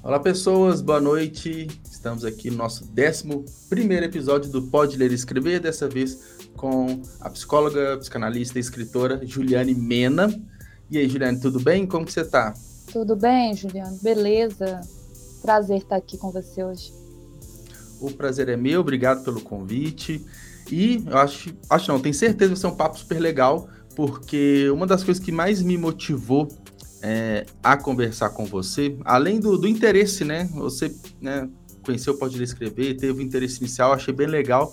Olá, pessoas, boa noite. Estamos aqui no nosso 11º episódio do Pode Ler e Escrever, dessa vez com a psicóloga, psicanalista e escritora Juliane Mena. E aí, Juliane, tudo bem? Como que você está? Tudo bem, Juliano? Beleza. Prazer estar aqui com você hoje. O prazer é meu, obrigado pelo convite. E eu acho não, tenho certeza que vai ser um papo super legal, porque uma das coisas que mais me motivou a conversar com você, além do interesse, né? Você conheceu o Pode Ler e Escrever, teve o interesse inicial, achei bem legal.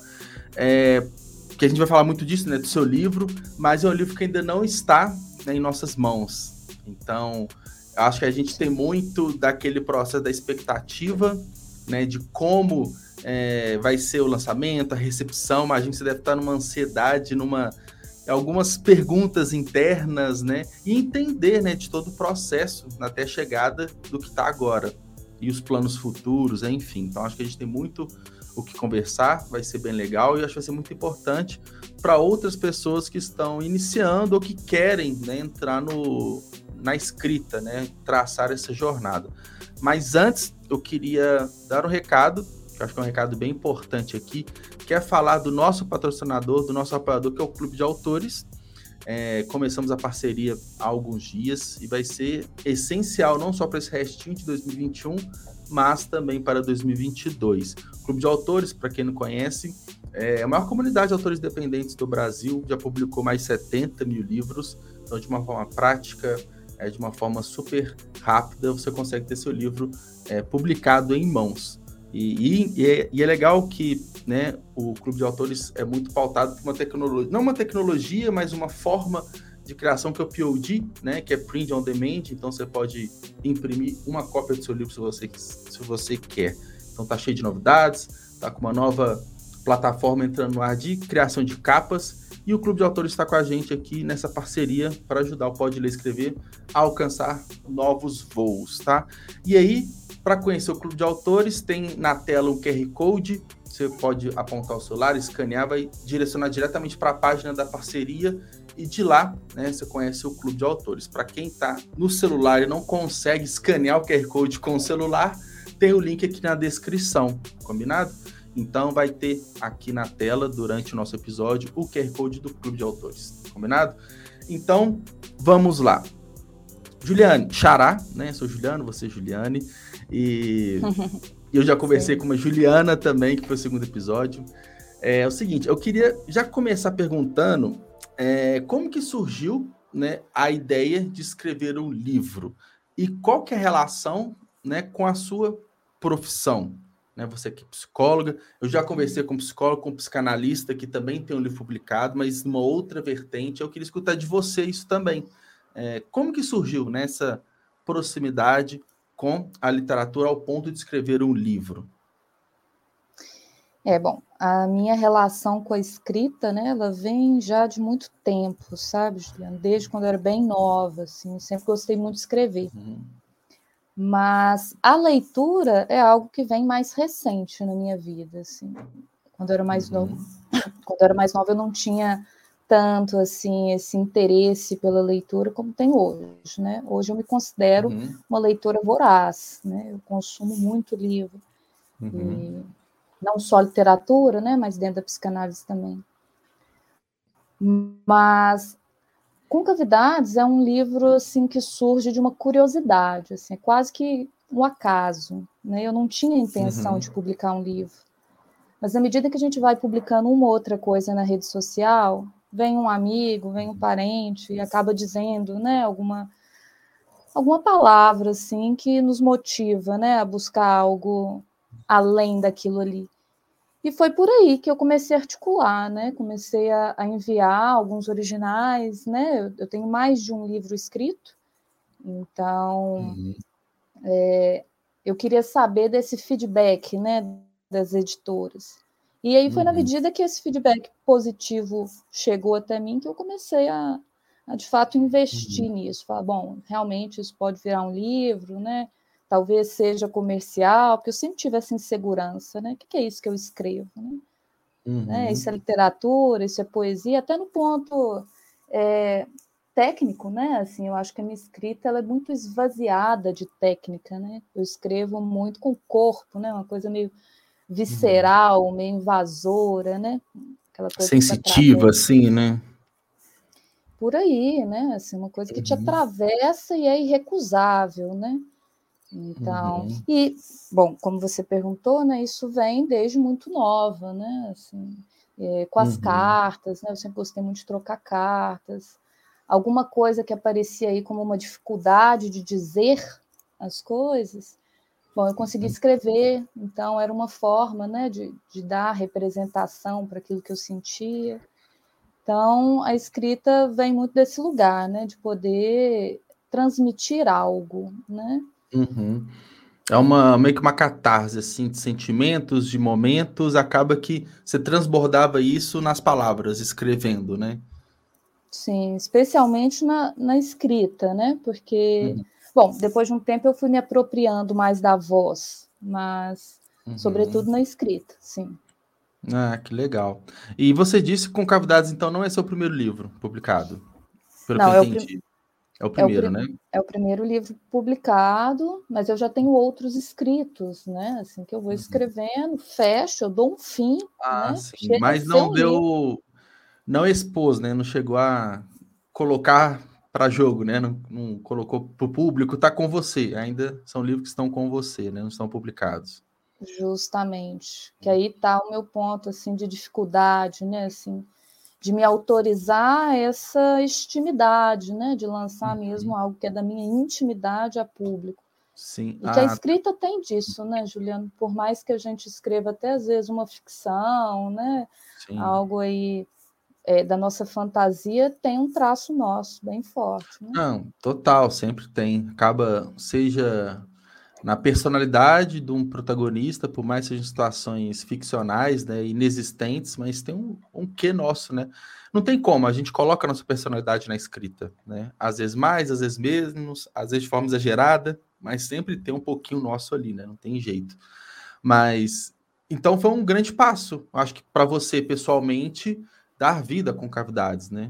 Que a gente vai falar muito disso, né? Do seu livro, mas é um livro que ainda não está, né, em nossas mãos. Então, eu acho que a gente tem muito daquele processo da expectativa, né? De como vai ser o lançamento, a recepção, mas a gente deve estar numa ansiedade, algumas perguntas internas, né? E entender, né, de todo o processo até a chegada do que está agora. E os planos futuros, enfim. Então, acho que a gente tem muito o que conversar, vai ser bem legal e acho que vai ser muito importante para outras pessoas que estão iniciando ou que querem, né, entrar na escrita, né? Traçar essa jornada. Mas antes, eu queria dar um recado, que eu acho que é um recado bem importante aqui, que é falar do nosso patrocinador, do nosso apoiador, que é o Clube de Autores. Começamos a parceria há alguns dias e vai ser essencial não só para esse restinho de 2021, mas também para 2022. O Clube de Autores, para quem não conhece, é a maior comunidade de autores independentes do Brasil, já publicou mais de 70 mil livros, então de uma forma prática, de uma forma super rápida, você consegue ter seu livro publicado em mãos. E é legal que, né, o Clube de Autores é muito pautado por uma tecnologia, não uma tecnologia, mas uma forma de criação que é o POD, né, que é Print on Demand, então você pode imprimir uma cópia do seu livro se você quer. Então tá cheio de novidades, tá com uma nova plataforma entrando no ar de criação de capas, e o Clube de Autores está com a gente aqui nessa parceria para ajudar o Pode Ler e Escrever a alcançar novos voos, tá? E aí, para conhecer o Clube de Autores, tem na tela um QR Code, você pode apontar o celular, escanear, vai direcionar diretamente para a página da parceria e de lá, né, você conhece o Clube de Autores. Para quem está no celular e não consegue escanear o QR Code com o celular, tem o link aqui na descrição, combinado? Então vai ter aqui na tela, durante o nosso episódio, o QR Code do Clube de Autores, combinado? Então, vamos lá. Juliane, Xará, né? Sou Juliano, você é Juliane. E eu já conversei com uma Juliana também, que foi o segundo episódio. É o seguinte, eu queria já começar perguntando como que surgiu, né, a ideia de escrever um livro? E qual que é a relação, né, com a sua profissão? Né, você que é psicóloga, eu já conversei com psicólogo, com psicanalista, que também tem um livro publicado, mas numa outra vertente, eu queria escutar de você isso também. Como que surgiu nessa proximidade com a literatura ao ponto de escrever um livro? Bom, a minha relação com a escrita, né, ela vem já de muito tempo, sabe, Juliana? Desde quando eu era bem nova, assim, sempre gostei muito de escrever. Mas a leitura é algo que vem mais recente na minha vida, assim. Quando eu era mais nova, eu não tinha tanto assim esse interesse pela leitura como tem hoje, né? Hoje eu me considero uma leitora voraz, né? Eu consumo muito livro, e não só literatura, né? Mas dentro da psicanálise também. Mas Concavidades é um livro assim que surge de uma curiosidade, assim, é quase que um acaso, né? Eu não tinha intenção de publicar um livro. Mas na medida que a gente vai publicando uma outra coisa na rede social, vem um amigo, vem um parente e acaba dizendo, né, alguma palavra assim que nos motiva, né, a buscar algo além daquilo ali. E foi por aí que eu comecei a articular, né? Comecei a enviar alguns originais, né? Eu tenho mais de um livro escrito, então eu queria saber desse feedback, né, das editoras. E aí foi na medida que esse feedback positivo chegou até mim que eu comecei a de fato, investir nisso. Falar, bom, realmente isso pode virar um livro, né? Talvez seja comercial, porque eu sempre tive essa insegurança, né? O que é isso que eu escrevo, né? Isso é literatura, isso é poesia, até no ponto técnico, né? Assim, eu acho que a minha escrita ela é muito esvaziada de técnica, né? Eu escrevo muito com o corpo, né? Uma coisa meio visceral, meio invasora, né? Aquela coisa que te Sensitiva, atravessa. assim, né? Por aí, né? Assim, uma coisa que te atravessa e é irrecusável, né? Então, e, bom, como você perguntou, né? Isso vem desde muito nova, né? Assim, com as cartas, né? Eu sempre gostei muito de trocar cartas. Alguma coisa que aparecia aí como uma dificuldade de dizer as coisas, bom, eu consegui escrever, então era uma forma, né, de dar representação para aquilo que eu sentia. Então, a escrita vem muito desse lugar, né, de poder transmitir algo, né? Uhum. É meio que uma catarse, assim, de sentimentos, de momentos. Acaba que você transbordava isso nas palavras, escrevendo, né? Sim, especialmente na escrita, né? Porque, bom, depois de um tempo eu fui me apropriando mais da voz, mas sobretudo na escrita, sim. Ah, que legal. E você disse que Concavidades, então, não é seu primeiro livro publicado, pelo que eu Não, entendi. É o é o, primeiro, né? é o primeiro livro publicado, mas eu já tenho outros escritos, né? Assim que eu vou escrevendo, fecho, eu dou um fim, Ah, né? sim. Chega a Mas ser não um livro. deu, não expôs, né? Não chegou a colocar para jogo, né? Não colocou para o público, tá com você. Ainda são livros que estão com você, né? Não estão publicados. Justamente, que aí está o meu ponto assim de dificuldade, né, assim, de me autorizar essa intimidade, né, de lançar mesmo algo que é da minha intimidade a público. Sim. E que a Ah, escrita tem disso, né, Juliano? Por mais que a gente escreva até às vezes uma ficção, né, sim. algo aí da nossa fantasia, tem um traço nosso bem forte, né? Não, total, sempre tem. Acaba, seja na personalidade de um protagonista, por mais que sejam situações ficcionais, né, inexistentes, mas tem um quê nosso, né? Não tem como, a gente coloca a nossa personalidade na escrita, né? Às vezes mais, às vezes menos, às vezes de forma exagerada, mas sempre tem um pouquinho nosso ali, né? Não tem jeito. Mas então foi um grande passo, acho que para você pessoalmente dar vida com cavidades, né?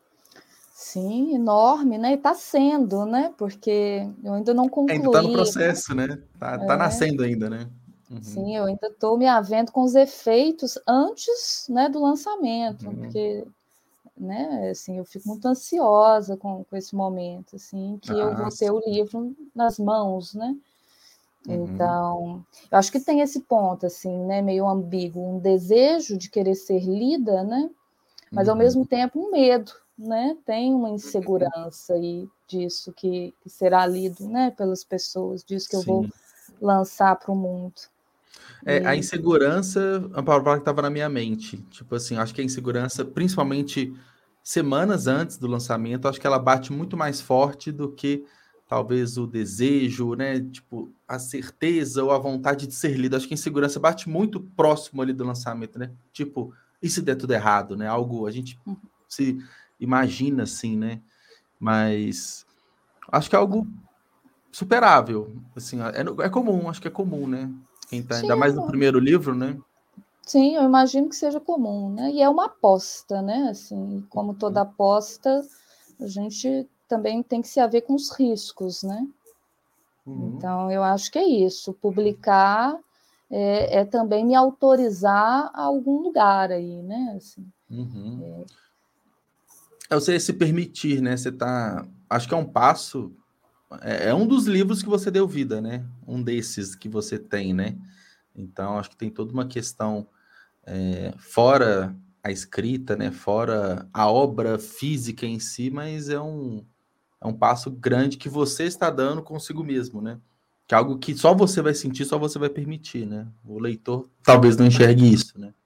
Sim, enorme, né? E está sendo, né? Porque eu ainda não Ainda tá no concluí, né? processo, né? Tá nascendo ainda, né? Uhum, Sim, eu ainda estou me havendo com os efeitos antes, né, do lançamento, uhum. porque, né, assim, eu fico muito ansiosa com esse momento, assim, que eu Ah, vou ter o livro nas mãos, né? uhum, Então, eu acho que tem esse ponto, assim, né, meio ambíguo, um desejo de querer ser lida, né? Mas ao uhum. mesmo tempo um medo, né? Tem uma insegurança aí disso que será lido, né, pelas pessoas, disso que eu vou Sim. lançar para o mundo. A E, insegurança é uma palavra que estava na minha mente. Tipo assim, acho que a insegurança, principalmente semanas antes do lançamento, acho que ela bate muito mais forte do que talvez o desejo, né? Tipo, a certeza ou a vontade de ser lido. Acho que a insegurança bate muito próximo ali do lançamento, né? Tipo, e se der tudo errado, né? Algo a gente se imagina assim, né? Mas acho que é algo superável. Assim, é comum, acho que é comum, né? Quem tá, ainda mais no sim, primeiro livro, né? sim, eu imagino que seja comum, né? E é uma aposta, né? Assim, como toda aposta, a gente também tem que se haver com os riscos, né? Uhum. Então, eu acho que é isso. Publicar é também me autorizar a algum lugar aí, né? Assim, Uhum. É você se permitir, né? Você tá. Acho que é um passo. É um dos livros que você deu vida, né? Um desses que você tem, né? Então, acho que tem toda uma questão fora a escrita, né? Fora a obra física em si, mas é um passo grande que você está dando consigo mesmo, né? Que é algo que só você vai sentir, só você vai permitir, né? O leitor talvez não enxergue isso, né?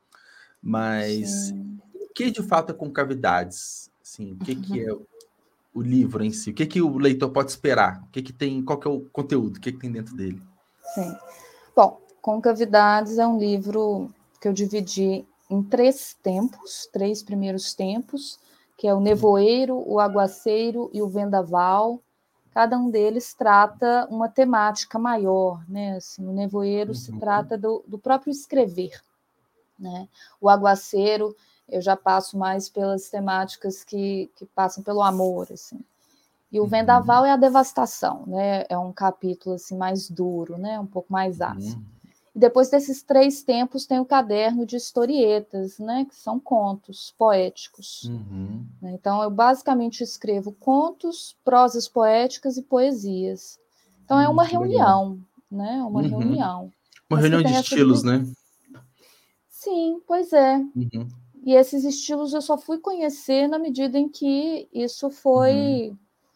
Mas sim, o que de fato é Concavidades? Assim, o que que é o livro em si? O que que o leitor pode esperar? O que que tem, qual que é o conteúdo? O que que tem dentro dele? sim. Bom, Concavidades é um livro que eu dividi em três tempos, três primeiros tempos, que é o nevoeiro, o aguaceiro e o vendaval. Cada um deles trata uma temática maior, né? Assim, o nevoeiro se Uhum, trata do próprio escrever, né? O aguaceiro eu já passo mais pelas temáticas que passam pelo amor, assim. E o Vendaval é a devastação, né? É um capítulo assim mais duro, né? Um pouco mais ácido. E depois desses 3 tempos tem o caderno de historietas, né? Que são contos poéticos. Então eu basicamente escrevo contos, prosas poéticas e poesias. Então é uma reunião, né? Uma reunião. Uma reunião de estilos, né? Sim, pois é. E esses estilos eu só fui conhecer na medida em que isso foi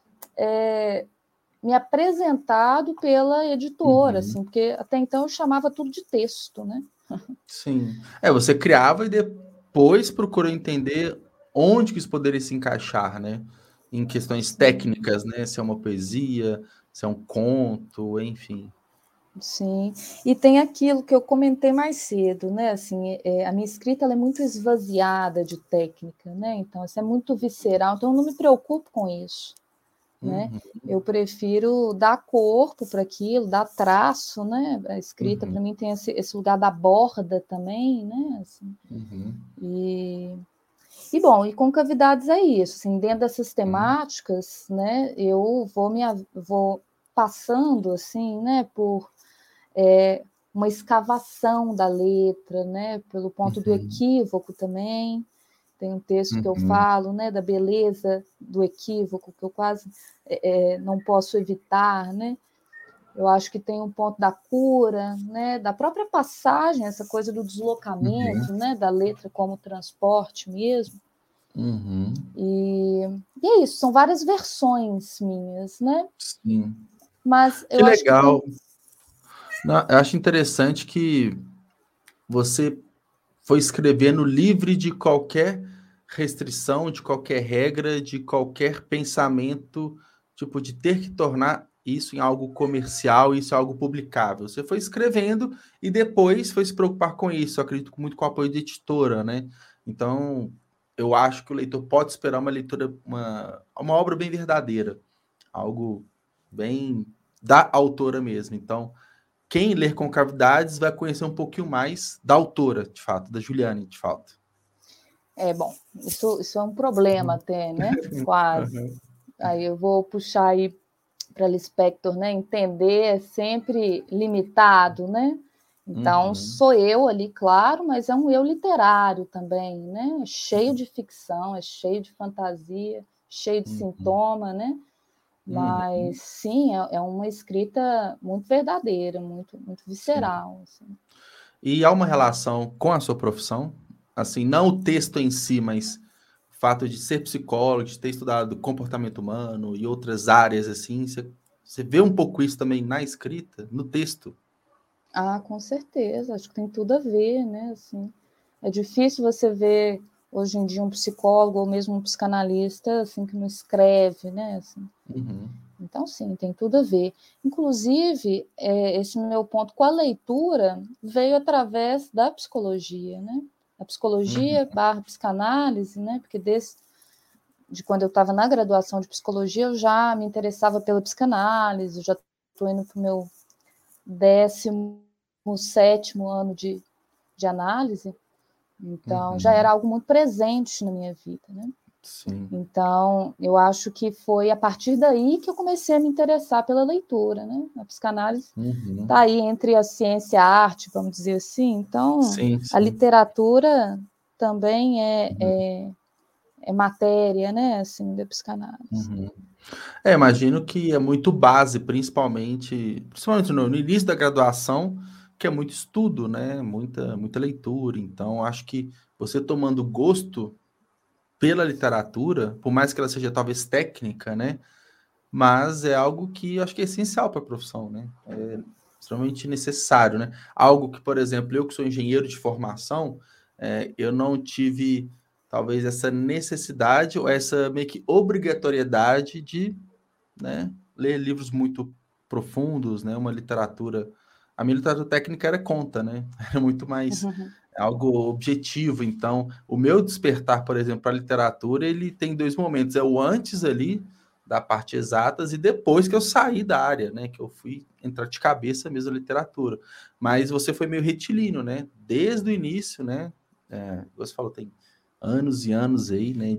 me apresentado pela editora, assim, porque até então eu chamava tudo de texto, né? Sim. Você criava e depois procurou entender onde que isso poderia se encaixar, né? Em questões técnicas, né? Se é uma poesia, se é um conto, enfim. Sim, e tem aquilo que eu comentei mais cedo, né? Assim, a minha escrita ela é muito esvaziada de técnica, né? Então, isso é muito visceral, então eu não me preocupo com isso, né? Eu prefiro dar corpo para aquilo, dar traço, né? A escrita, para mim, tem esse lugar da borda também, né? Assim, e bom, e concavidades é isso, assim, dentro dessas temáticas, né? Eu vou passando, assim, né? Por uma escavação da letra, né? Pelo ponto do equívoco também. Tem um texto que eu falo, né? Da beleza do equívoco, que eu quase não posso evitar, né? Eu acho que tem um ponto da cura, né? Da própria passagem, essa coisa do deslocamento, né? Da letra como transporte mesmo. E é isso, são várias versões minhas, né? Sim. Mas que eu legal. acho que Não, eu acho interessante que você foi escrevendo livre de qualquer restrição, de qualquer regra, de qualquer pensamento, tipo, de ter que tornar isso em algo comercial, isso em algo publicável. Você foi escrevendo e depois foi se preocupar com isso. Eu acredito muito com o apoio da editora, né? Então, eu acho que o leitor pode esperar uma leitura, uma obra bem verdadeira, algo bem da autora mesmo. Então, quem ler Concavidades vai conhecer um pouquinho mais da autora, de fato, da Juliane, de fato. bom, isso é um problema até, né? Quase. Aí eu vou puxar aí para Lispector, né? Entender é sempre limitado, né? Então, sou eu ali, claro, mas é um eu literário também, né? É cheio de ficção, é cheio de fantasia, cheio de sintoma, né? Mas, sim, é uma escrita muito verdadeira, muito, muito visceral. Assim. E há uma relação com a sua profissão? Assim, não o texto em si, mas o fato de ser psicólogo, de ter estudado comportamento humano e outras áreas, assim, você vê um pouco isso também na escrita, no texto? Ah, com certeza, acho que tem tudo a ver, né? Assim, é difícil você ver hoje em dia um psicólogo ou mesmo um psicanalista assim que não escreve, né? Assim, então, sim, tem tudo a ver. Inclusive, esse meu ponto com a leitura veio através da psicologia, né? A psicologia / psicanálise, né? Porque de quando eu estava na graduação de psicologia, eu já me interessava pela psicanálise, eu já estou indo para o meu 17º ano de análise, então já era algo muito presente na minha vida, né? Sim. Então, eu acho que foi a partir daí que eu comecei a me interessar pela leitura, né? A psicanálise está aí entre a ciência e a arte, vamos dizer assim. Então, a literatura também é matéria, né? Assim, da psicanálise. Imagino que é muito base, principalmente no início da graduação, que é muito estudo, né? Muita leitura. Então, acho que você tomando gosto pela literatura, por mais que ela seja talvez técnica, né? Mas é algo que eu acho que é essencial para a profissão, né? É extremamente necessário, né? Algo que, por exemplo, eu que sou engenheiro de formação, eu não tive talvez essa necessidade ou essa meio que obrigatoriedade de, né, ler livros muito profundos, né? Uma literatura. A minha literatura técnica era conta, né? Era muito mais algo objetivo. Então, o meu despertar, por exemplo, para a literatura, ele tem 2 momentos. É o antes ali da parte exatas e depois que eu saí da área, né? Que eu fui entrar de cabeça mesmo na literatura. Mas você foi meio retilíneo, né? Desde o início, né? Você falou, tem anos e anos aí, né,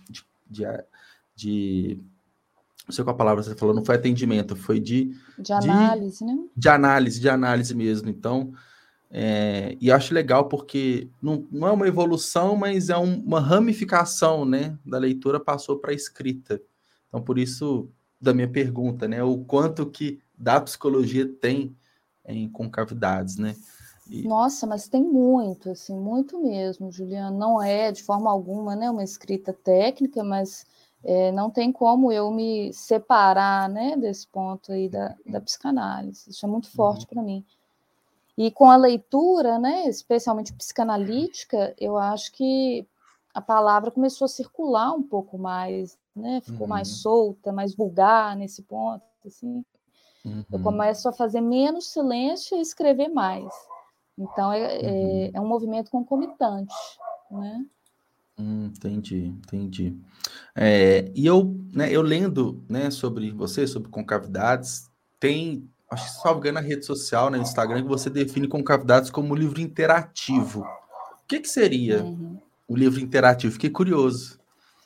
de não sei qual a palavra você falou, não foi atendimento, foi De análise, né? de análise mesmo. Então, e acho legal porque não é uma evolução, mas é uma ramificação, né, da leitura passou para a escrita. Então, por isso, da minha pergunta, né, o quanto que da psicologia tem em concavidades, né? Nossa, mas tem muito, assim, muito mesmo, Juliana. Não é de forma alguma, né, uma escrita técnica, mas não tem como eu me separar, né, desse ponto aí da psicanálise. Isso é muito forte para mim. E com a leitura, né, especialmente psicanalítica, eu acho que a palavra começou a circular um pouco mais, né, ficou mais solta, mais vulgar nesse ponto, assim. Eu começo a fazer menos silêncio e escrever mais. Então, é um movimento concomitante, né? Entendi. E eu lendo, né, sobre você, sobre concavidades, acho que salvo engano na rede social, no Instagram, que você define concavidades como livro interativo. O que seria o livro interativo? Fiquei curioso.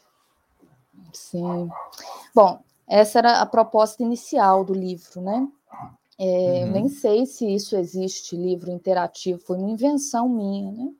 Sim. Bom, essa era a proposta inicial do livro, né? Eu nem sei se isso existe, livro interativo, foi uma invenção minha, né?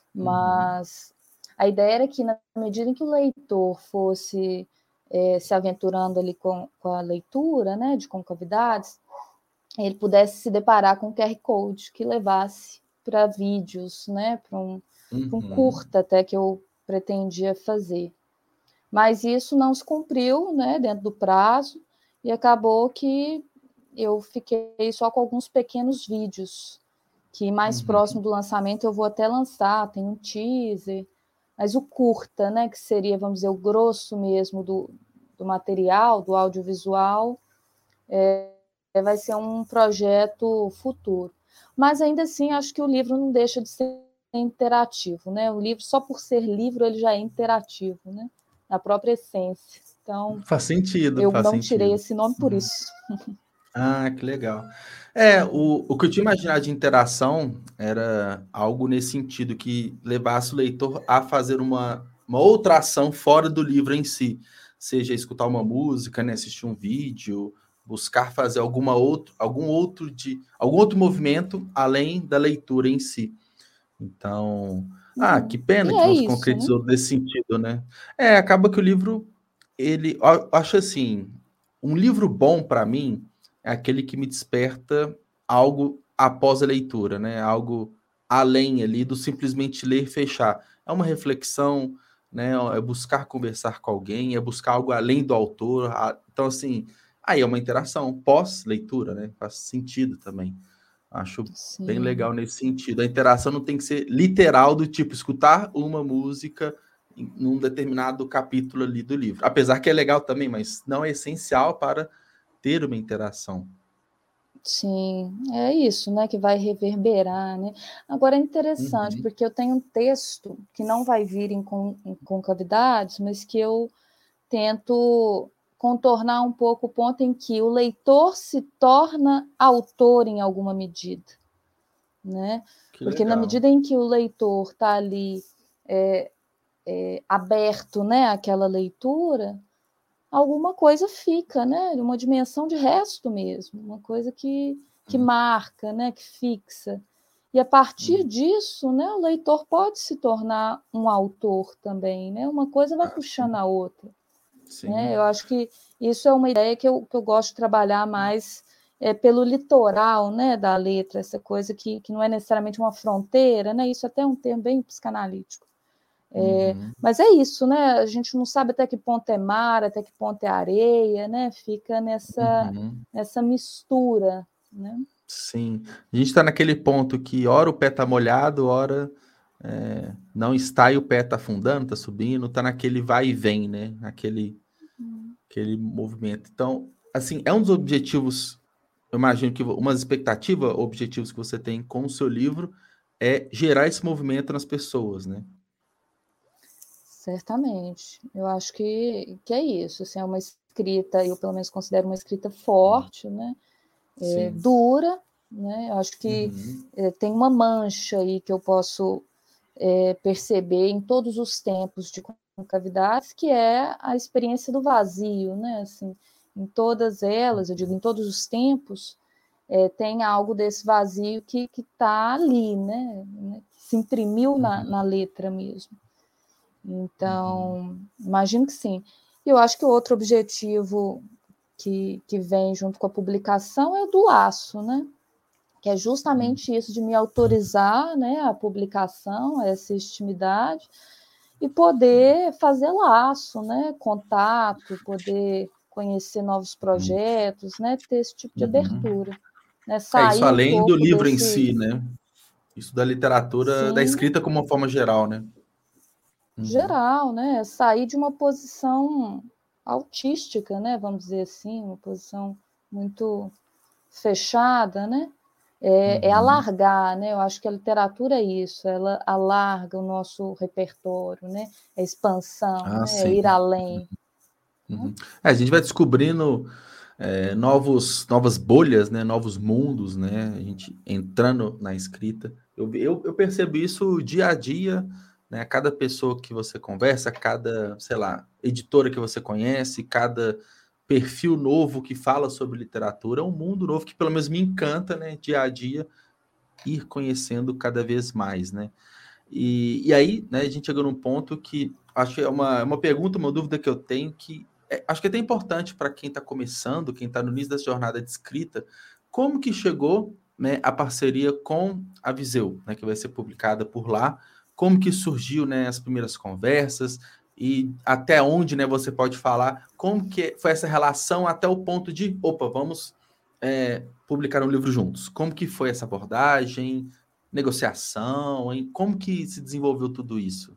Mas a ideia era que, na medida em que o leitor fosse se aventurando ali com a leitura, né, de concavidades, ele pudesse se deparar com um QR Code que levasse para vídeos, né, para um curta até que eu pretendia fazer. Mas isso não se cumpriu, né, dentro do prazo, e acabou que eu fiquei só com alguns pequenos vídeos, que mais próximo do lançamento eu vou até lançar, tem um teaser, mas o curta, né, que seria, vamos dizer, o grosso mesmo do material, do audiovisual, vai ser um projeto futuro. Mas ainda assim, acho que o livro não deixa de ser interativo, né? O livro, só por ser livro, ele já é interativo, né? Na própria essência. Então, Faz sentido, eu faz não tirei sentido. esse nome por isso. Ah, que legal. O que eu tinha imaginado de interação era algo nesse sentido, que levasse o leitor a fazer uma outra ação fora do livro em si, seja escutar uma música, né, assistir um vídeo, buscar fazer algum outro movimento além da leitura em si. Então, que pena E que é não se isso, né? concretizou nesse sentido, né? Acaba que o livro, eu acho assim, um livro bom para mim é aquele que me desperta algo após a leitura, né? Algo além ali do simplesmente ler e fechar. É uma reflexão, né? É buscar conversar com alguém, é buscar algo além do autor. Então, assim, aí é uma interação pós-leitura, né? Faz sentido também. Acho bem Sim. legal nesse sentido. A interação não tem que ser literal, do tipo escutar uma música num determinado capítulo ali do livro. Apesar que é legal também, mas não é essencial para ter uma interação. Sim, é isso, né, que vai reverberar, né? Agora é interessante, porque eu tenho um texto que não vai vir em concavidades, mas que eu tento contornar um pouco o ponto em que o leitor se torna autor em alguma medida, né? Que Porque na legal. medida em que o leitor está ali aberto, né, àquela leitura, alguma coisa fica, né? Uma dimensão de resto mesmo, uma coisa que marca, né? Que fixa. E a partir disso, né, o leitor pode se tornar um autor também, né? Uma coisa vai puxando a outra. Né? Sim. Eu acho que isso é uma ideia que eu gosto de trabalhar mais pelo litoral, né, da letra, essa coisa que não é necessariamente uma fronteira, né? Isso até é um termo bem psicanalítico. Mas é isso, né? A gente não sabe até que ponto é mar, até que ponto é areia, né? Fica nessa mistura, né? Sim. A gente está naquele ponto que ora o pé está molhado, ora não está e o pé está afundando, está subindo, está naquele vai e vem, né? Aquele movimento. Então, assim, é um dos objetivos, eu imagino que uma expectativa, objetivos que você tem com o seu livro é gerar esse movimento nas pessoas, né? Certamente. Eu acho que é isso. Assim, é uma escrita, eu pelo menos considero uma escrita forte, né? Sim. Dura, né? Eu acho que tem uma mancha aí que eu posso perceber em todos os tempos de concavidades, que é a experiência do vazio, né? Assim, em todas elas, eu digo, em todos os tempos, tem algo desse vazio que está ali, né? Que se imprimiu na letra mesmo. Então, imagino que sim. E eu acho que o outro objetivo que vem junto com a publicação é o do laço, né? Que é justamente isso de me autorizar, né, a publicação, essa intimidade, e poder fazer laço, né, contato, poder conhecer novos projetos, né, ter esse tipo de abertura, né, Isso sair um além do pouco livro em desse, si, né? Isso da literatura, da sim, escrita como uma forma geral, né? geral, né, sair de uma posição autística, né, vamos dizer assim, uma posição muito fechada, né, alargar, né? Eu acho que a literatura é isso, ela alarga o nosso repertório, né? É expansão, Ah, né? É sim. ir além. A gente vai descobrindo novas bolhas, né? Novos mundos, né? A gente entrando na escrita. Eu percebo isso dia a dia, né? Cada pessoa que você conversa, cada, sei lá, editora que você conhece, cada perfil novo que fala sobre literatura, é um mundo novo que pelo menos me encanta, né? Dia a dia, ir conhecendo cada vez mais, né? E aí, né, a gente chegou num ponto que acho que é uma pergunta, uma dúvida que eu tenho que acho que é até importante para quem está começando, quem está no início dessa jornada de escrita, como que chegou, né, a parceria com a Viseu, né, que vai ser publicada por lá, como que surgiu, né, as primeiras conversas e até onde, né, você pode falar como que foi essa relação até o ponto de, opa, vamos publicar um livro juntos. Como que foi essa abordagem? Negociação, hein? Como que se desenvolveu tudo isso?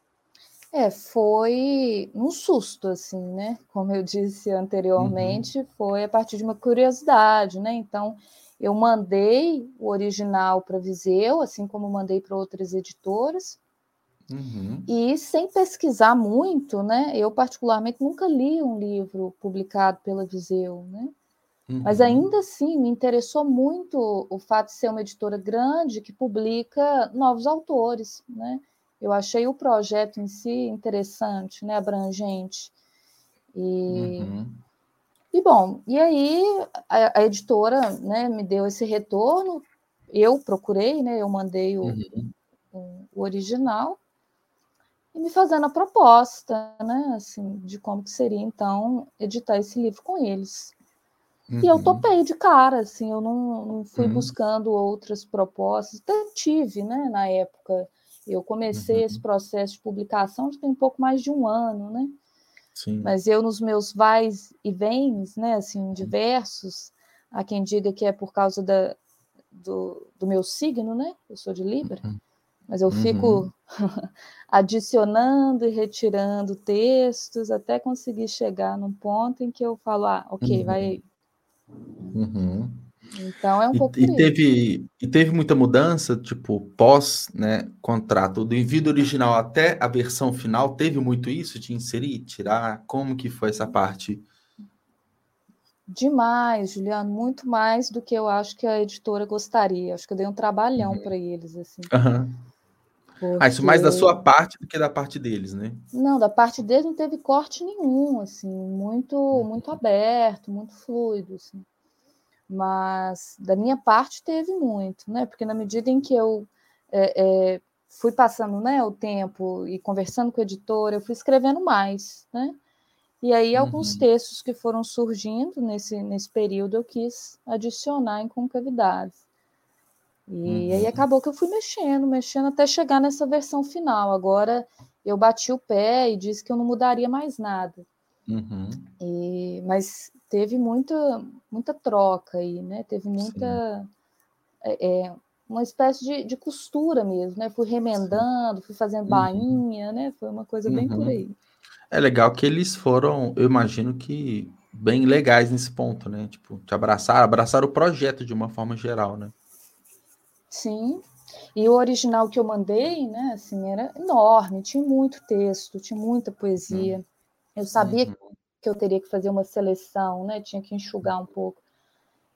Foi um susto, assim, né? Como eu disse Uhum, anteriormente, foi a partir de uma curiosidade, né? Então, eu mandei o original para Viseu, assim como mandei para outras editoras, uhum, e sem pesquisar muito, né? Eu particularmente nunca li um livro publicado pela Viseu, né? Mas uhum, ainda assim me interessou muito o fato de ser uma editora grande que publica novos autores, né? Eu achei o projeto em si interessante, né? Abrangente. E, uhum, bom, e aí a editora, né, me deu esse retorno, eu procurei, né? Eu mandei uhum, o original e me fazendo a proposta, né? Assim, de como que seria então editar esse livro com eles. E eu uhum, topei de cara, assim, eu não fui uhum, buscando outras propostas, até tive, né, na época. Eu comecei esse uhum, processo de publicação já tem um pouco mais de um ano, né? sim. Mas eu, nos meus vais e vens, né, assim, diversos, há quem diga que é por causa do meu signo, né? Eu sou de Libra, mas eu Uhum, fico adicionando e retirando textos até conseguir chegar num ponto em que eu falo, ah, ok, vai uhum, aí. uhum. Então é um E, pouco e por aí. teve muita mudança, tipo, pós, né, contrato, do envio do original até a versão final, teve muito isso de inserir, tirar, como que foi essa parte? Demais, Juliano, muito mais do que eu acho que a editora gostaria. Acho que eu dei um trabalhão para eles, assim, Aham. Ah, isso mais da porque sua parte do que da parte deles, né? não, da parte deles não teve corte nenhum, assim, muito aberto, muito fluido, assim. Mas da minha parte teve muito, né? Porque na medida em que eu fui passando, né, o tempo e conversando com a editora, eu fui escrevendo mais, né? E aí, alguns Uhum, textos que foram surgindo nesse período eu quis adicionar em concavidades. E aí uhum, acabou que eu fui mexendo até chegar nessa versão final. Agora eu bati o pé e disse que eu não mudaria mais nada. uhum, Mas teve muita troca aí, né? Teve sim, muita uma espécie de costura mesmo, né? Fui sim. remendando, fui fazendo Uhum, bainha, né? Foi uma coisa bem por uhum. aí. É legal que eles foram, eu imagino que bem legais nesse ponto, né? Tipo, te abraçaram o projeto de uma forma geral, né? Sim. E o original que eu mandei, né, assim, era enorme, tinha muito texto, tinha muita Uhum, poesia. Eu sabia uhum, que eu teria que fazer uma seleção, né, tinha que enxugar um pouco.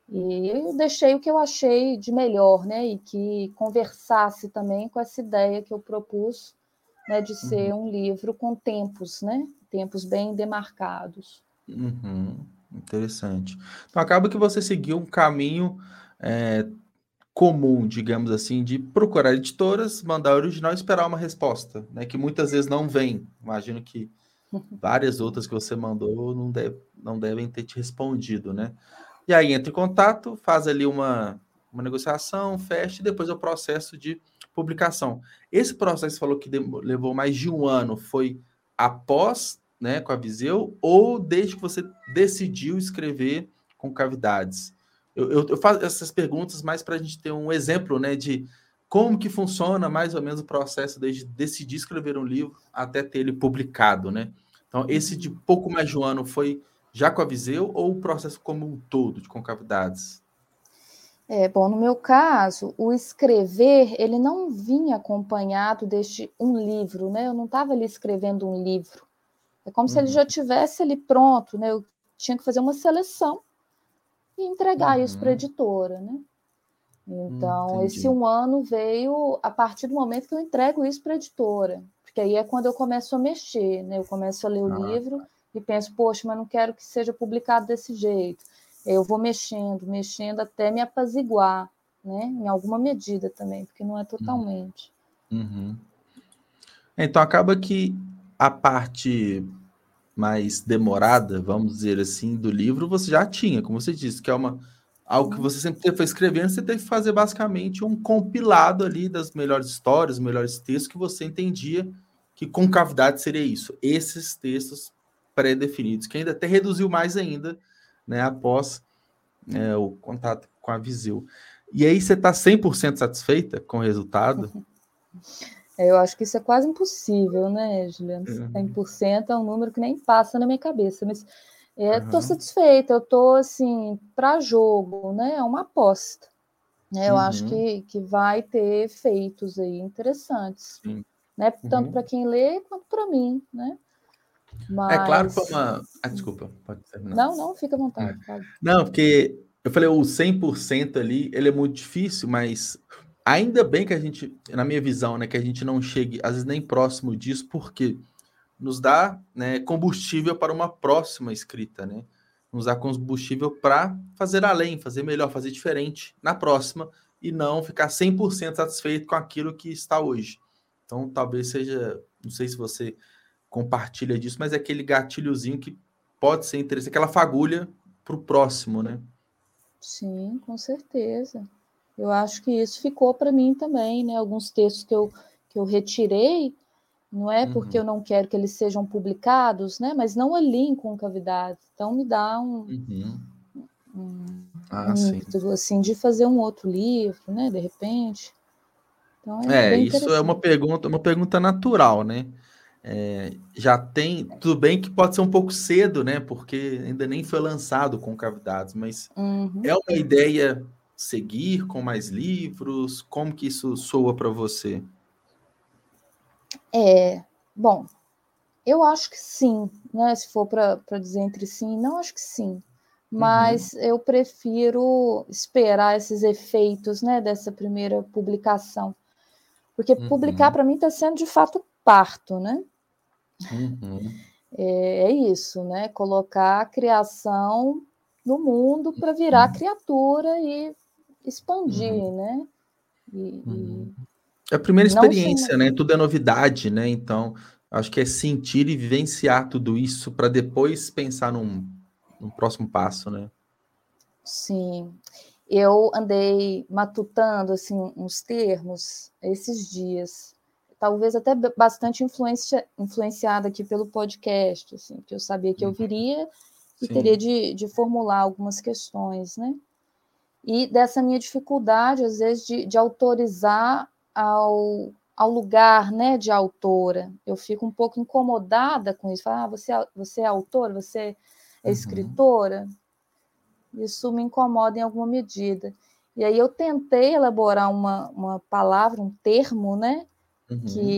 E eu deixei o que eu achei de melhor, né? E que conversasse também com essa ideia que eu propus, né, de ser um livro com tempos, né? Tempos bem demarcados. Interessante. Então, acaba que você seguiu um caminho comum, digamos assim, de procurar editoras, mandar o original e esperar uma resposta, né? Que muitas vezes não vem. Imagino que várias outras que você mandou não devem ter te respondido, né? E aí entra em contato, faz ali uma negociação, fecha e depois é o processo de publicação. Esse processo que você falou que levou mais de um ano foi após, né, com a Viseu, ou desde que você decidiu escrever com Cavidades? Eu faço essas perguntas mais para a gente ter um exemplo, né, de como que funciona mais ou menos o processo desde decidir escrever um livro até ter ele publicado, né? Então, esse de pouco mais de um ano foi já com a Viseu ou o processo como um todo de concavidades? Bom, no meu caso, o escrever, ele não vinha acompanhado deste um livro, né? Eu não estava ali escrevendo um livro. É como se ele já tivesse ali pronto, né? Eu tinha que fazer uma seleção e entregar isso para a editora, né? Então, esse Entendi. um ano veio a partir do momento que eu entrego isso para a editora, porque aí é quando eu começo a mexer, né? Eu começo a ler o livro e penso, poxa, mas não quero que seja publicado desse jeito. Eu vou mexendo até me apaziguar, né? Em alguma medida também, porque não é totalmente. Então, acaba que a parte mais demorada, vamos dizer assim, do livro, você já tinha, como você disse, que é algo que você sempre foi escrevendo, você teve que fazer basicamente um compilado ali das melhores histórias, melhores textos que você entendia que concavidade seria isso. Esses textos pré-definidos, que ainda até reduziu mais ainda, né, após o contato com a Viseu. E aí você está 100% satisfeita com o resultado? Eu acho que isso é quase impossível, né, Juliano? 100% é um número que nem passa na minha cabeça, mas estou satisfeita, eu estou, assim, para jogo, né? É uma aposta. Eu acho que vai ter efeitos aí interessantes, Sim. né? Tanto para quem lê quanto para mim, né? É claro que é Mas uma. Desculpa, pode terminar. não, fica à vontade, fala. Não, porque eu falei o 100% ali, ele é muito difícil, mas ainda bem que a gente, na minha visão, né, que a gente não chegue, às vezes, nem próximo disso, porque nos dá, né, combustível para uma próxima escrita, né? Nos dá combustível para fazer além, fazer melhor, fazer diferente na próxima e não ficar 100% satisfeito com aquilo que está hoje. Então, talvez seja, não sei se você compartilha disso, mas é aquele gatilhozinho que pode ser interessante, aquela fagulha para o próximo, né? Sim, com certeza. Eu acho que isso ficou para mim também, né? Alguns textos que eu retirei, não é porque eu não quero que eles sejam publicados, né? Mas não ali em Concavidades. Então me dá um Sim. ímpeto assim de fazer um outro livro, né? De repente. Então é bem Isso é interessante. uma pergunta natural, né? Já tem, tudo bem que pode ser um pouco cedo, né? Porque ainda nem foi lançado com cavidades, mas é uma ideia seguir com mais livros? Como que isso soa para você? Bom, eu acho que sim, né? Se for para dizer entre sim, não acho que sim. Mas eu prefiro esperar esses efeitos, né, dessa primeira publicação. Porque publicar para mim está sendo de fato parto, né? É isso, né? Colocar a criação no mundo para virar criatura e expandir, né? E É a primeira não sem uma... experiência, né? Tudo é novidade, né? Então, acho que é sentir e vivenciar tudo isso para depois pensar num próximo passo, né? Sim. Eu andei matutando assim uns termos esses dias, talvez até bastante influenciada aqui pelo podcast, assim, que eu sabia que eu viria e teria Sim. de formular algumas questões, né? E dessa minha dificuldade, às vezes, de autorizar ao lugar, né, de autora. Eu fico um pouco incomodada com isso. Falar, você é autora, você é escritora? Isso me incomoda em alguma medida. E aí eu tentei elaborar uma palavra, um termo, né, que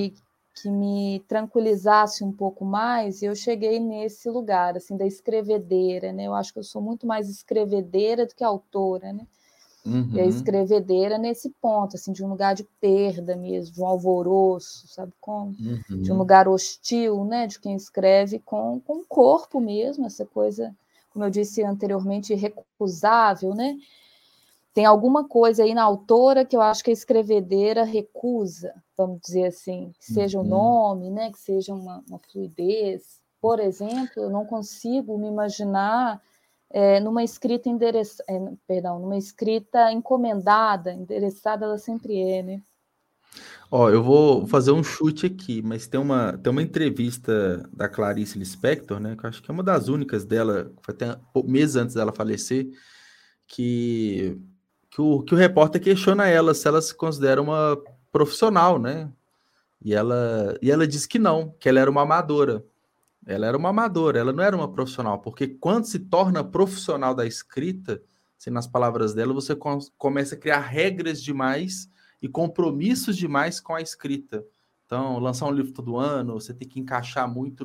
que me tranquilizasse um pouco mais, e eu cheguei nesse lugar, assim, da escrevedeira, né? Eu acho que eu sou muito mais escrevedeira do que autora, né? E a escrevedeira nesse ponto, assim, de um lugar de perda mesmo, de um alvoroço, sabe como? De um lugar hostil, né? De quem escreve com o corpo mesmo, essa coisa, como eu disse anteriormente, irrecusável, né? Tem alguma coisa aí na autora que eu acho que a escrevedeira recusa, vamos dizer assim, que seja o nome, né, que seja uma fluidez. Por exemplo, eu não consigo me imaginar numa escrita numa escrita encomendada, endereçada ela sempre é, né? Ó, eu vou fazer um chute aqui, mas tem uma entrevista da Clarice Lispector, né, que eu acho que é uma das únicas dela, foi até meses antes dela falecer, que, que o repórter questiona ela se ela se considera uma profissional, né? E ela diz que não, que ela era uma amadora. Ela era uma amadora, ela não era uma profissional, porque quando se torna profissional da escrita, assim, nas palavras dela, você começa a criar regras demais e compromissos demais com a escrita. Então, lançar um livro todo ano, você tem que encaixar muito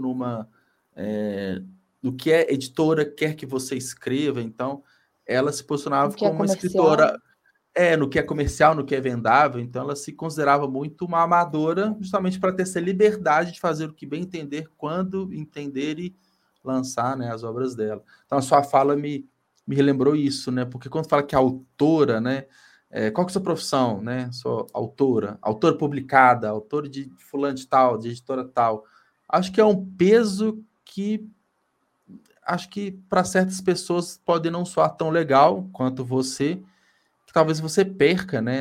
no que a editora quer que você escreva. Então, ela se O posicionava que é como uma comercial. escritora no que é comercial, no que é vendável, então ela se considerava muito uma amadora, justamente para ter essa liberdade de fazer o que bem entender, quando entender e lançar, né, as obras dela. Então a sua fala me relembrou isso, né? Porque quando fala que é autora, né? Qual que é a sua profissão, né? Sou autora publicada, autora de fulano de tal, de editora tal. Acho que é um peso que acho que para certas pessoas pode não soar tão legal quanto você, que talvez você perca, né,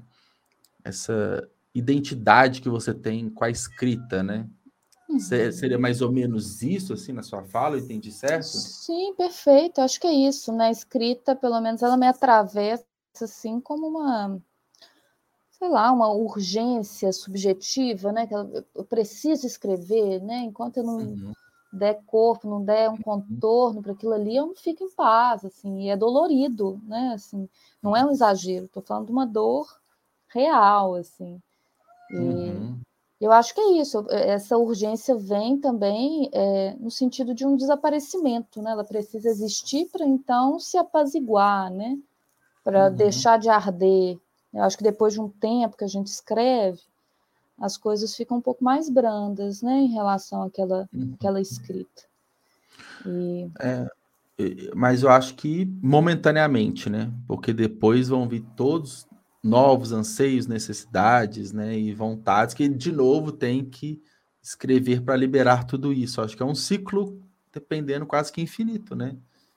essa identidade que você tem com a escrita, né? Seria mais ou menos isso, assim, na sua fala, eu entendi certo? Sim, perfeito. Acho que é isso, né? A escrita, pelo menos, ela me atravessa assim como uma, sei lá, uma urgência subjetiva, né? Que eu preciso escrever, né? Enquanto eu não Uhum, der corpo, não der um contorno para aquilo ali, eu não fico em paz, assim, e é dolorido, né? Assim, não é um exagero, estou falando de uma dor real, assim. E uhum, eu acho que é isso, essa urgência vem também no sentido de um desaparecimento, né? Ela precisa existir para então se apaziguar, né? Para uhum, deixar de arder. Eu acho que depois de um tempo que a gente escreve, as coisas ficam um pouco mais brandas, né? Em relação uhum. àquela escrita. E Mas eu acho que momentaneamente, né? Porque depois vão vir todos novos anseios, necessidades, né? E vontades que, de novo, tem que escrever para liberar tudo isso. Eu acho que é um ciclo, dependendo, quase que infinito, né?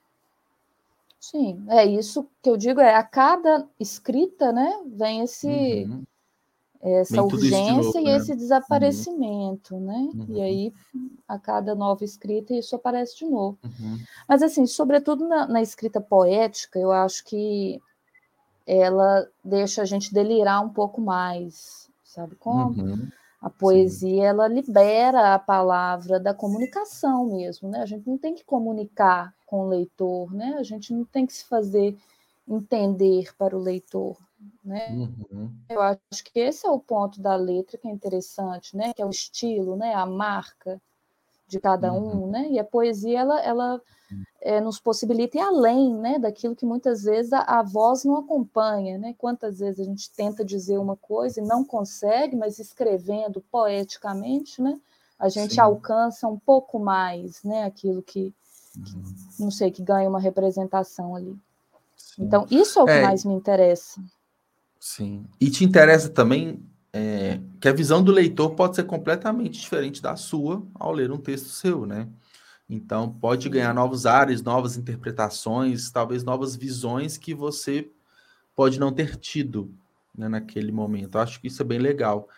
sim, é isso que eu digo, a cada escrita, né, vem Uhum. essa Vem tudo isso de novo, urgência e né? esse Uhum, desaparecimento, né? E uhum, aí, a cada nova escrita, isso aparece de novo. uhum, Mas, assim, sobretudo na escrita poética, eu acho que ela deixa a gente delirar um pouco mais, sabe como? uhum. A Sim, poesia, ela libera a palavra da comunicação mesmo, né? A gente não tem que comunicar com o leitor, né? A gente não tem que se fazer entender para o leitor, né? uhum, Eu acho que esse é o ponto da letra que é interessante, né? Que é o estilo, né? A marca de cada uhum. um, né? E a poesia, ela nos possibilita ir além, né? Daquilo que muitas vezes a voz não acompanha, né? Quantas vezes a gente tenta dizer uma coisa e não consegue, mas escrevendo poeticamente, né? A gente Sim, alcança um pouco mais, né? Aquilo que não sei, que ganha uma representação ali. sim. Então, isso é o que É, mais me interessa. sim. E te interessa também que a visão do leitor pode ser completamente diferente da sua ao ler um texto seu, né? Então, pode ganhar Sim. novos ares, novas interpretações, talvez novas visões que você pode não ter tido, né, naquele momento. Eu acho que isso é bem legal.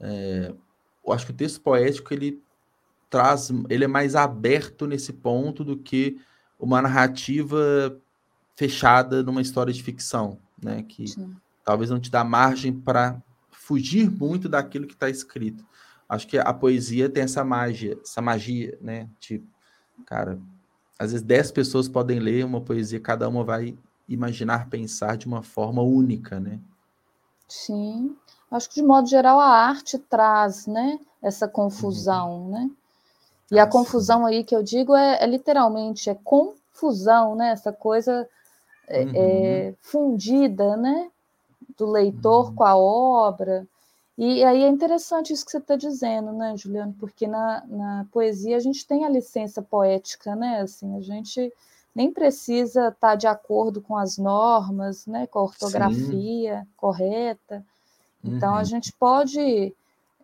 Eu acho que o texto poético ele é mais aberto nesse ponto do que uma narrativa fechada numa história de ficção, né? Que Sim. talvez não te dá margem para fugir muito daquilo que está escrito. Acho que a poesia tem essa magia, né? Tipo, cara, às vezes 10 pessoas podem ler uma poesia, cada uma vai imaginar, pensar de uma forma única, né? Sim. Acho que, de modo geral, a arte traz, né, essa confusão, né? E a confusão aí que eu digo é literalmente, é confusão, né? Essa coisa fundida, né? Do leitor com a obra. E aí é interessante isso que você está dizendo, né, Juliano? Porque na poesia a gente tem a licença poética, né? Assim, a gente nem precisa estar de acordo com as normas, né? Com a ortografia correta. Então a gente pode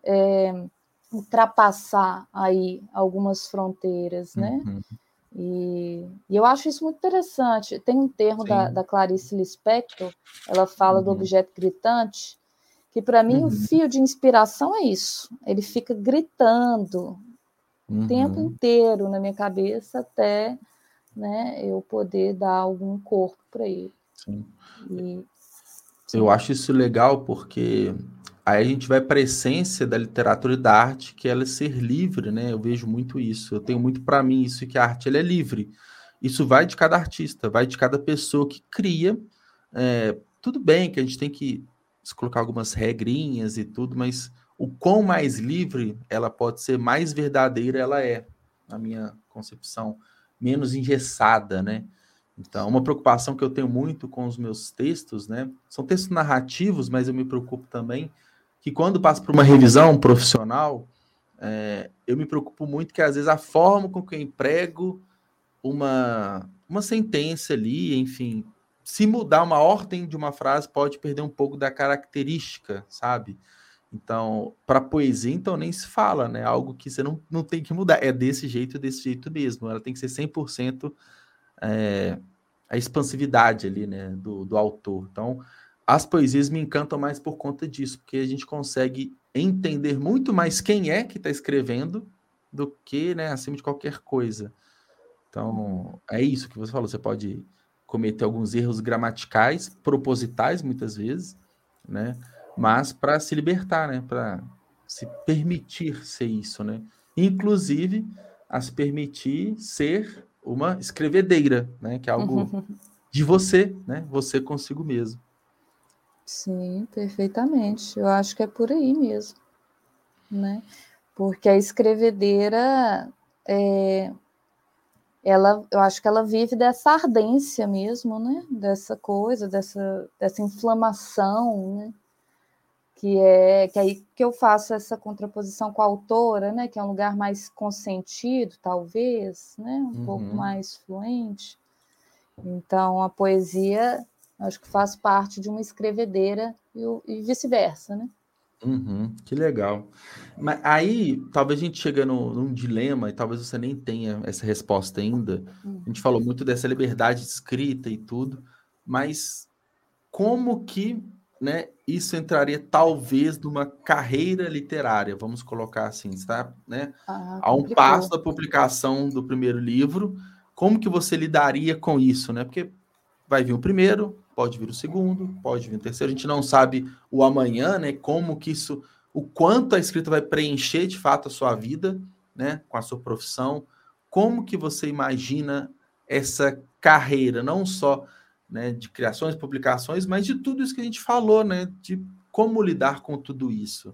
ultrapassar aí algumas fronteiras, né? E eu acho isso muito interessante. Tem um termo da Clarice Lispector, ela fala do objeto gritante, que para mim o fio de inspiração é isso. Ele fica gritando o tempo inteiro na minha cabeça até, né, eu poder dar algum corpo para ele. Sim. E, eu acho isso legal porque aí a gente vai para a essência da literatura e da arte, que ela é ser livre, né? Eu vejo muito isso. Eu tenho muito para mim isso, que a arte ela é livre. Isso vai de cada artista, vai de cada pessoa que cria. Tudo bem que a gente tem que colocar algumas regrinhas e tudo, mas o quão mais livre ela pode ser, mais verdadeira ela é, na minha concepção, menos engessada, né? Então, uma preocupação que eu tenho muito com os meus textos, né? São textos narrativos, mas eu me preocupo também que quando passo por uma revisão profissional, eu me preocupo muito que às vezes a forma com que eu emprego uma sentença ali, enfim, se mudar uma ordem de uma frase pode perder um pouco da característica, sabe? Então, para poesia, então nem se fala, né? Algo que você não tem que mudar. É desse jeito mesmo. Ela tem que ser 100% a expansividade ali, né, do autor. Então, as poesias me encantam mais por conta disso, porque a gente consegue entender muito mais quem é que está escrevendo do que, né, acima de qualquer coisa. Então, é isso que você falou. Você pode cometer alguns erros gramaticais, propositais, muitas vezes, né, mas para se libertar, né, para se permitir ser isso, né, inclusive a se permitir ser uma escrevedeira, né? Que é algo de você, né? Você consigo mesmo. sim, perfeitamente. Eu acho que é por aí mesmo, né? Porque a escrevedeira, eu acho que ela vive dessa ardência mesmo, né? Dessa coisa, dessa inflamação, né? Que aí que eu faço essa contraposição com a autora, né? Que é um lugar mais consentido, talvez, né? Um pouco mais fluente. Então, a poesia, acho que faz parte de uma escrevedeira e vice-versa, né? Que legal. Mas aí, talvez a gente chegue num dilema, e talvez você nem tenha essa resposta ainda. A gente falou muito dessa liberdade de escrita e tudo, mas como que, né, isso entraria talvez numa carreira literária, vamos colocar assim, está, né? A um passo Complicou. da publicação do primeiro livro, como que você lidaria com isso, né? Porque vai vir o primeiro, pode vir o segundo, pode vir o terceiro. A gente não sabe o amanhã, né? Como que isso, o quanto a escrita vai preencher de fato a sua vida, né? Com a sua profissão. Como que você imagina essa carreira, não só, né, de criações, publicações, mas de tudo isso que a gente falou, né? De como lidar com tudo isso.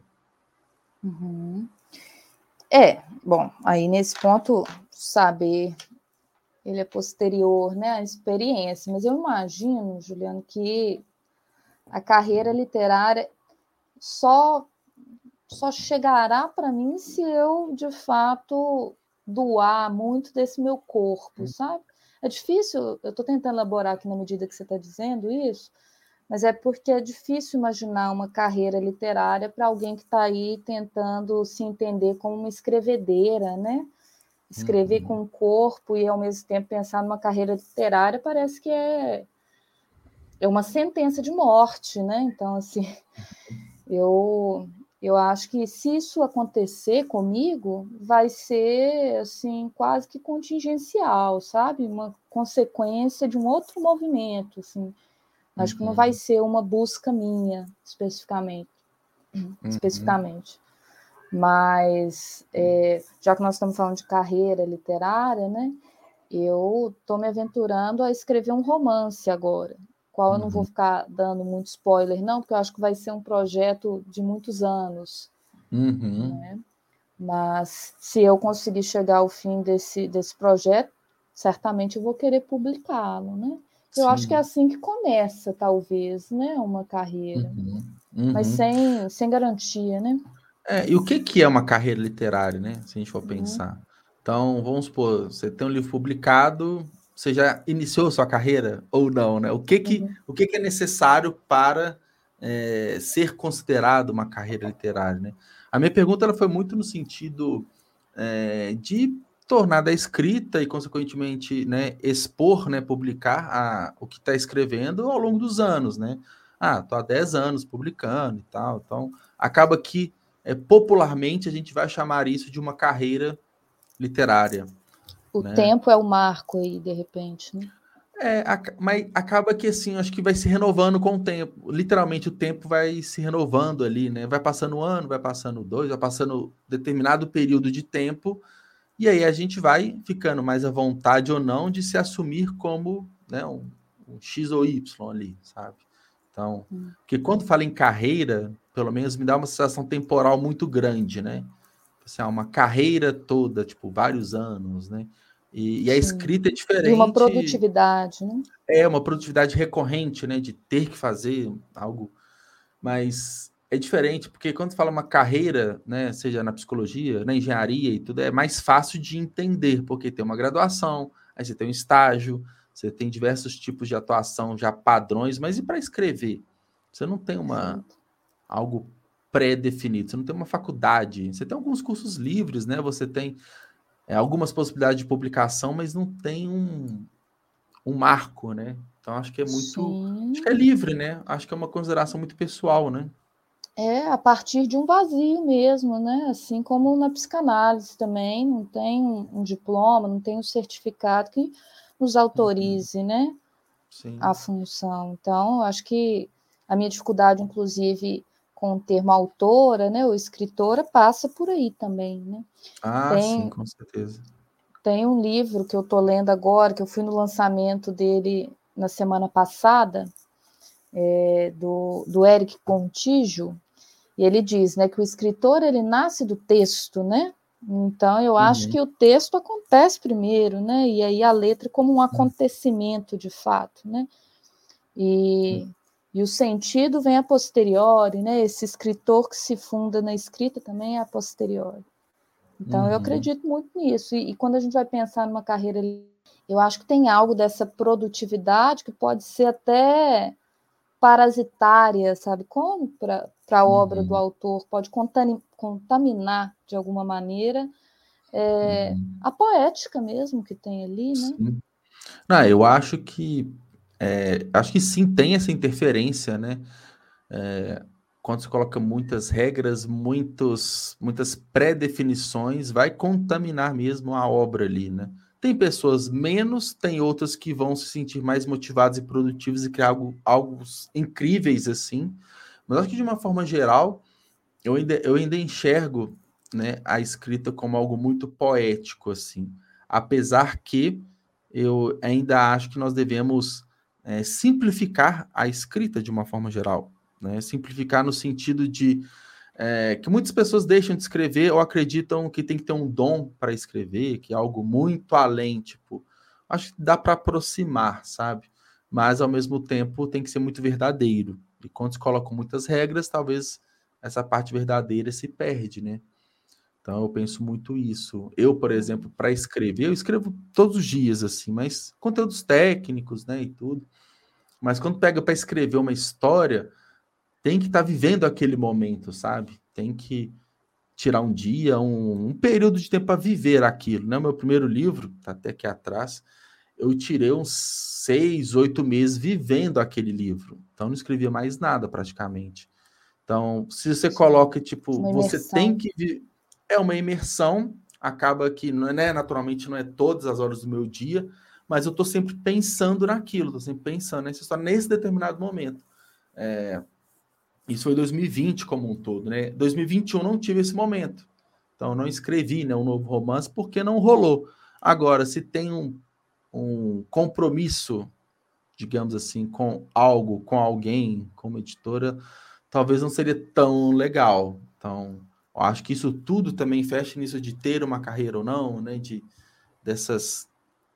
Bom, aí nesse ponto, saber, ele é posterior, né, à experiência, mas eu imagino, Juliano, que a carreira literária só chegará para mim se eu, de fato, doar muito desse meu corpo, sabe? É difícil, eu estou tentando elaborar aqui na medida que você está dizendo isso, mas é porque é difícil imaginar uma carreira literária para alguém que está aí tentando se entender como uma escrevedeira, né? Escrever com o corpo e, ao mesmo tempo, pensar numa carreira literária parece que é uma sentença de morte, né? Então, assim, eu acho que se isso acontecer comigo, vai ser assim quase que contingencial, sabe? Uma consequência de um outro movimento, assim. Acho que não vai ser uma busca minha especificamente. Mas já que nós estamos falando de carreira literária, né? Eu estou me aventurando a escrever um romance agora. qual eu não vou ficar dando muito spoiler, não, porque eu acho que vai ser um projeto de muitos anos. Né? Mas se eu conseguir chegar ao fim desse projeto, certamente eu vou querer publicá-lo, né? Eu acho que é assim que começa, talvez, né, uma carreira. Mas sem garantia, né? E o que é uma carreira literária, né? Se a gente for pensar. Então, vamos supor, você tem um livro publicado, você já iniciou sua carreira ou não, né? O que é necessário para ser considerado uma carreira literária, né? A minha pergunta ela foi muito no sentido de tornar da escrita e, consequentemente, né, expor, né, publicar o que está escrevendo ao longo dos anos, né? Tô há 10 anos publicando e tal. Então, acaba que, popularmente, a gente vai chamar isso de uma carreira literária. O né? tempo é o marco aí, de repente, né? Mas acaba que, assim, acho que vai se renovando com o tempo. Literalmente, o tempo vai se renovando ali, né? Vai passando um ano, vai passando dois, vai passando determinado período de tempo, e aí a gente vai ficando mais à vontade ou não de se assumir como, né, um X ou Y ali, sabe? Então, porque quando fala em carreira, pelo menos me dá uma sensação temporal muito grande, né? Assim, uma carreira toda, tipo, vários anos, né? E a escrita é diferente. E uma produtividade, né? É uma produtividade recorrente, né? De ter que fazer algo, mas é diferente, porque quando fala uma carreira, né? Seja na psicologia, na engenharia e tudo, é mais fácil de entender, porque tem uma graduação, aí você tem um estágio, você tem diversos tipos de atuação, já padrões, mas e para escrever? Você não tem algo pré-definido, você não tem uma faculdade, você tem alguns cursos livres, né? Você tem algumas possibilidades de publicação, mas não tem um marco, né? Então acho que é muito. Acho que é livre, né? Acho que é uma consideração muito pessoal, né? É a partir de um vazio mesmo, né? Assim como na psicanálise também, não tem um diploma, não tem um certificado que nos autorize, né? Sim. A função. Então, acho que a minha dificuldade, inclusive, com o termo autora, né, ou escritora, passa por aí também, né? Sim, com certeza. Tem um livro que eu estou lendo agora, que eu fui no lançamento dele na semana passada, do Éric Contígio, e ele diz, né, que o escritor ele nasce do texto, né? Então eu acho que o texto acontece primeiro, né? E aí a letra como um acontecimento de fato, né? E o sentido vem a posteriori, né? Esse escritor que se funda na escrita também é a posteriori. Então eu acredito muito nisso. E quando a gente vai pensar numa carreira, eu acho que tem algo dessa produtividade que pode ser até parasitária, sabe? Como para a obra do autor, pode contaminar de alguma maneira a poética mesmo que tem ali, né? Sim. Não, eu acho que sim, tem essa interferência, né? Quando você coloca muitas regras, muitas pré-definições, vai contaminar mesmo a obra ali, né? Tem pessoas menos, tem outras que vão se sentir mais motivadas e produtivas e criar algo incríveis assim. Mas acho que de uma forma geral, eu ainda enxergo, né, a escrita como algo muito poético, assim. Apesar que eu ainda acho que nós devemos simplificar a escrita de uma forma geral. Né? Simplificar no sentido de que muitas pessoas deixam de escrever ou acreditam que tem que ter um dom para escrever, que é algo muito além, tipo, acho que dá para aproximar, sabe? Mas ao mesmo tempo tem que ser muito verdadeiro. E quando se colocam muitas regras, talvez essa parte verdadeira se perde, né? Então eu penso muito isso. Eu, por exemplo, para escrever, eu escrevo todos os dias assim, mas conteúdos técnicos, né, e tudo. Mas quando pega para escrever uma história, tem que estar vivendo aquele momento, sabe? Tem que tirar um dia, um período de tempo para viver aquilo. Né? Meu primeiro livro, tá até aqui atrás, eu tirei uns 6, 8 meses vivendo aquele livro. Então não escrevia mais nada praticamente. Então, se você coloca, tipo, você tem que... É uma imersão, acaba que, não é, né, naturalmente, não é todas as horas do meu dia, mas eu estou sempre pensando naquilo, estou sempre pensando nessa história, nesse determinado momento. Isso foi 2020 como um todo, né? 2021 não tive esse momento. Então, não escrevi, né, um novo romance porque não rolou. Agora, se tem um compromisso digamos assim, com algo, com alguém, como editora, talvez não seria tão legal. Então, eu acho que isso tudo também fecha nisso de ter uma carreira ou não, né? Dessas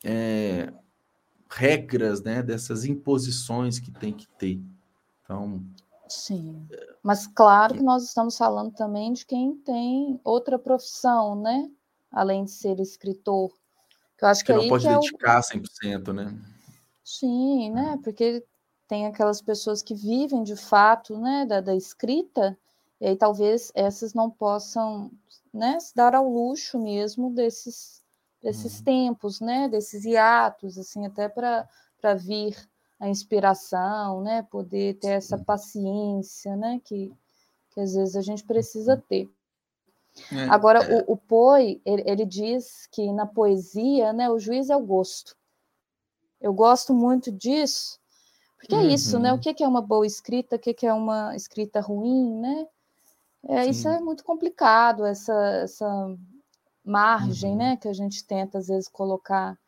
regras, né? Dessas imposições que tem que ter. Então, Sim. Mas claro que nós estamos falando também de quem tem outra profissão, né? Além de ser escritor. Que eu acho que que é não aí pode que é o. dedicar 100%, né? Sim, né? Porque tem aquelas pessoas que vivem de fato, né, da escrita, e aí talvez essas não possam, né, se dar ao luxo mesmo desses tempos, né, desses hiatos, assim, até para vir a inspiração, né, poder ter essa paciência, né, que às vezes a gente precisa ter. Agora, o Poe, ele diz que na poesia, né, o juiz é o gosto. Eu gosto muito disso, porque é isso, né? O que é uma boa escrita, o que é uma escrita ruim, né? Isso é muito complicado, essa margem, né? Que a gente tenta, às vezes, colocar.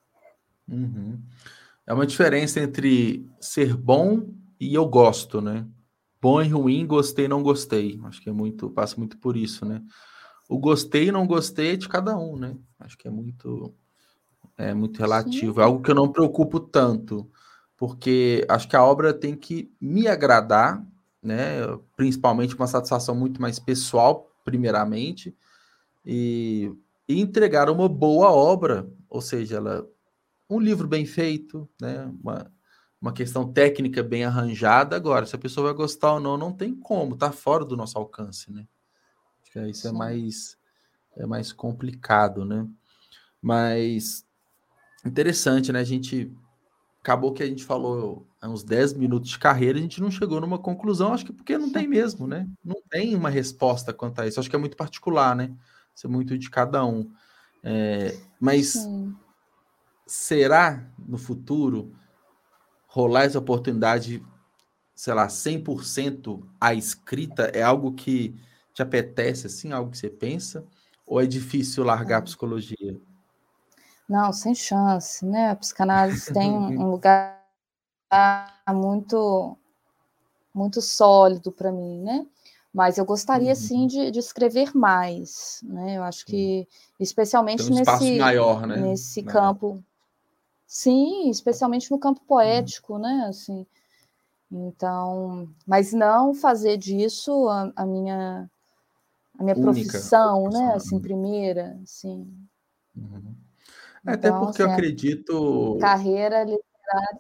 É uma diferença entre ser bom e eu gosto, né? Bom e ruim, gostei, não gostei. Acho que passa muito por isso, né? O gostei e não gostei é de cada um, né? Acho que é muito relativo. É Sim. algo que eu não me preocupo tanto, porque acho que a obra tem que me agradar, né? Principalmente uma satisfação muito mais pessoal, primeiramente, e entregar uma boa obra, ou seja, um livro bem feito, né? Uma questão técnica bem arranjada. Agora, se a pessoa vai gostar ou não, não tem como, tá fora do nosso alcance, né? Acho que isso Sim. é mais complicado, né? Mas interessante, né? Acabou que a gente falou há uns 10 minutos de carreira, a gente não chegou numa conclusão, acho que porque não tem mesmo, né? Não tem uma resposta quanto a isso. Acho que é muito particular, né? Isso é muito de cada um. Mas Sim. será no futuro rolar essa oportunidade, sei lá, 100% a escrita é algo que te apetece, assim, algo que você pensa? Ou é difícil largar a psicologia? Não, sem chance, né? A psicanálise tem um lugar muito, muito sólido para mim, né? Mas eu gostaria, sim, de escrever mais, né? Eu acho que, Tem um especialmente espaço maior, né? nesse campo, sim, especialmente no campo poético, né? Assim, então, mas não fazer disso a minha Única profissão, né? ocupação. Assim, primeira, assim. Até Então, porque eu assim, a acredito carreira literária,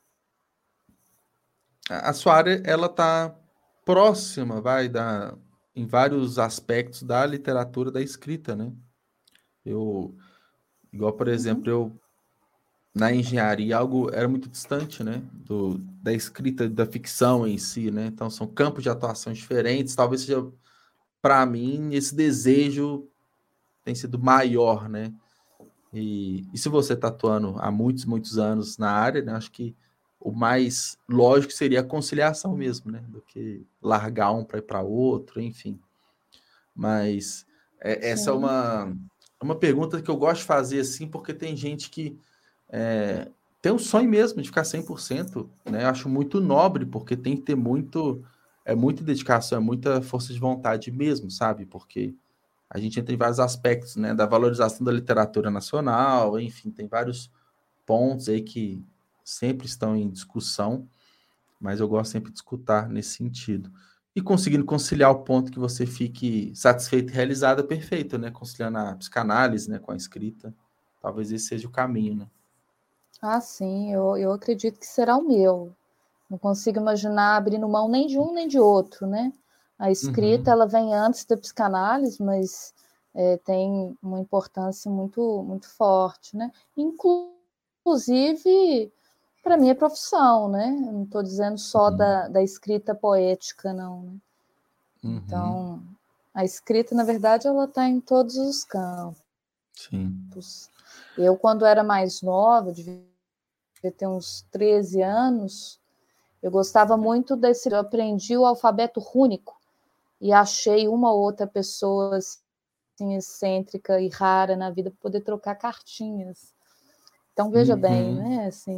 a sua área ela tá próxima, em vários aspectos da literatura da escrita, né? Eu, igual por exemplo, eu na engenharia algo era muito distante, né, da escrita da ficção em si, né? Então são campos de atuação diferentes, talvez seja para mim esse desejo tem sido maior, né? E se você está atuando há muitos, muitos anos na área, né, acho que o mais lógico seria a conciliação mesmo, né? Do que largar um para ir para outro, enfim. Mas essa é sim. uma pergunta que eu gosto de fazer assim, porque tem gente que tem um sonho mesmo de ficar 100%, né? Eu acho muito nobre, porque tem que ter muita dedicação, é muita força de vontade mesmo, sabe? Porque a gente entra em vários aspectos, né, da valorização da literatura nacional, enfim, tem vários pontos aí que sempre estão em discussão, mas eu gosto sempre de escutar nesse sentido. E conseguindo conciliar o ponto que você fique satisfeito e realizado é perfeito, né? Conciliando a psicanálise, né, com a escrita. Talvez esse seja o caminho, né? Ah, sim, eu acredito que será o meu. Não consigo imaginar abrindo mão nem de um nem de outro, né? A escrita, Uhum, ela vem antes da psicanálise, mas tem uma importância muito, muito forte, né? Inclusive para minha profissão, né? Eu não estou dizendo só uhum, da escrita poética, não, né? uhum, Então, a escrita, na verdade, ela está em todos os campos. sim. Eu, quando era mais nova, devia ter uns 13 anos, eu gostava muito desse. Eu aprendi o alfabeto rúnico e achei uma outra pessoa assim, excêntrica e rara na vida para poder trocar cartinhas. Então, veja bem, Uhum. né? Assim,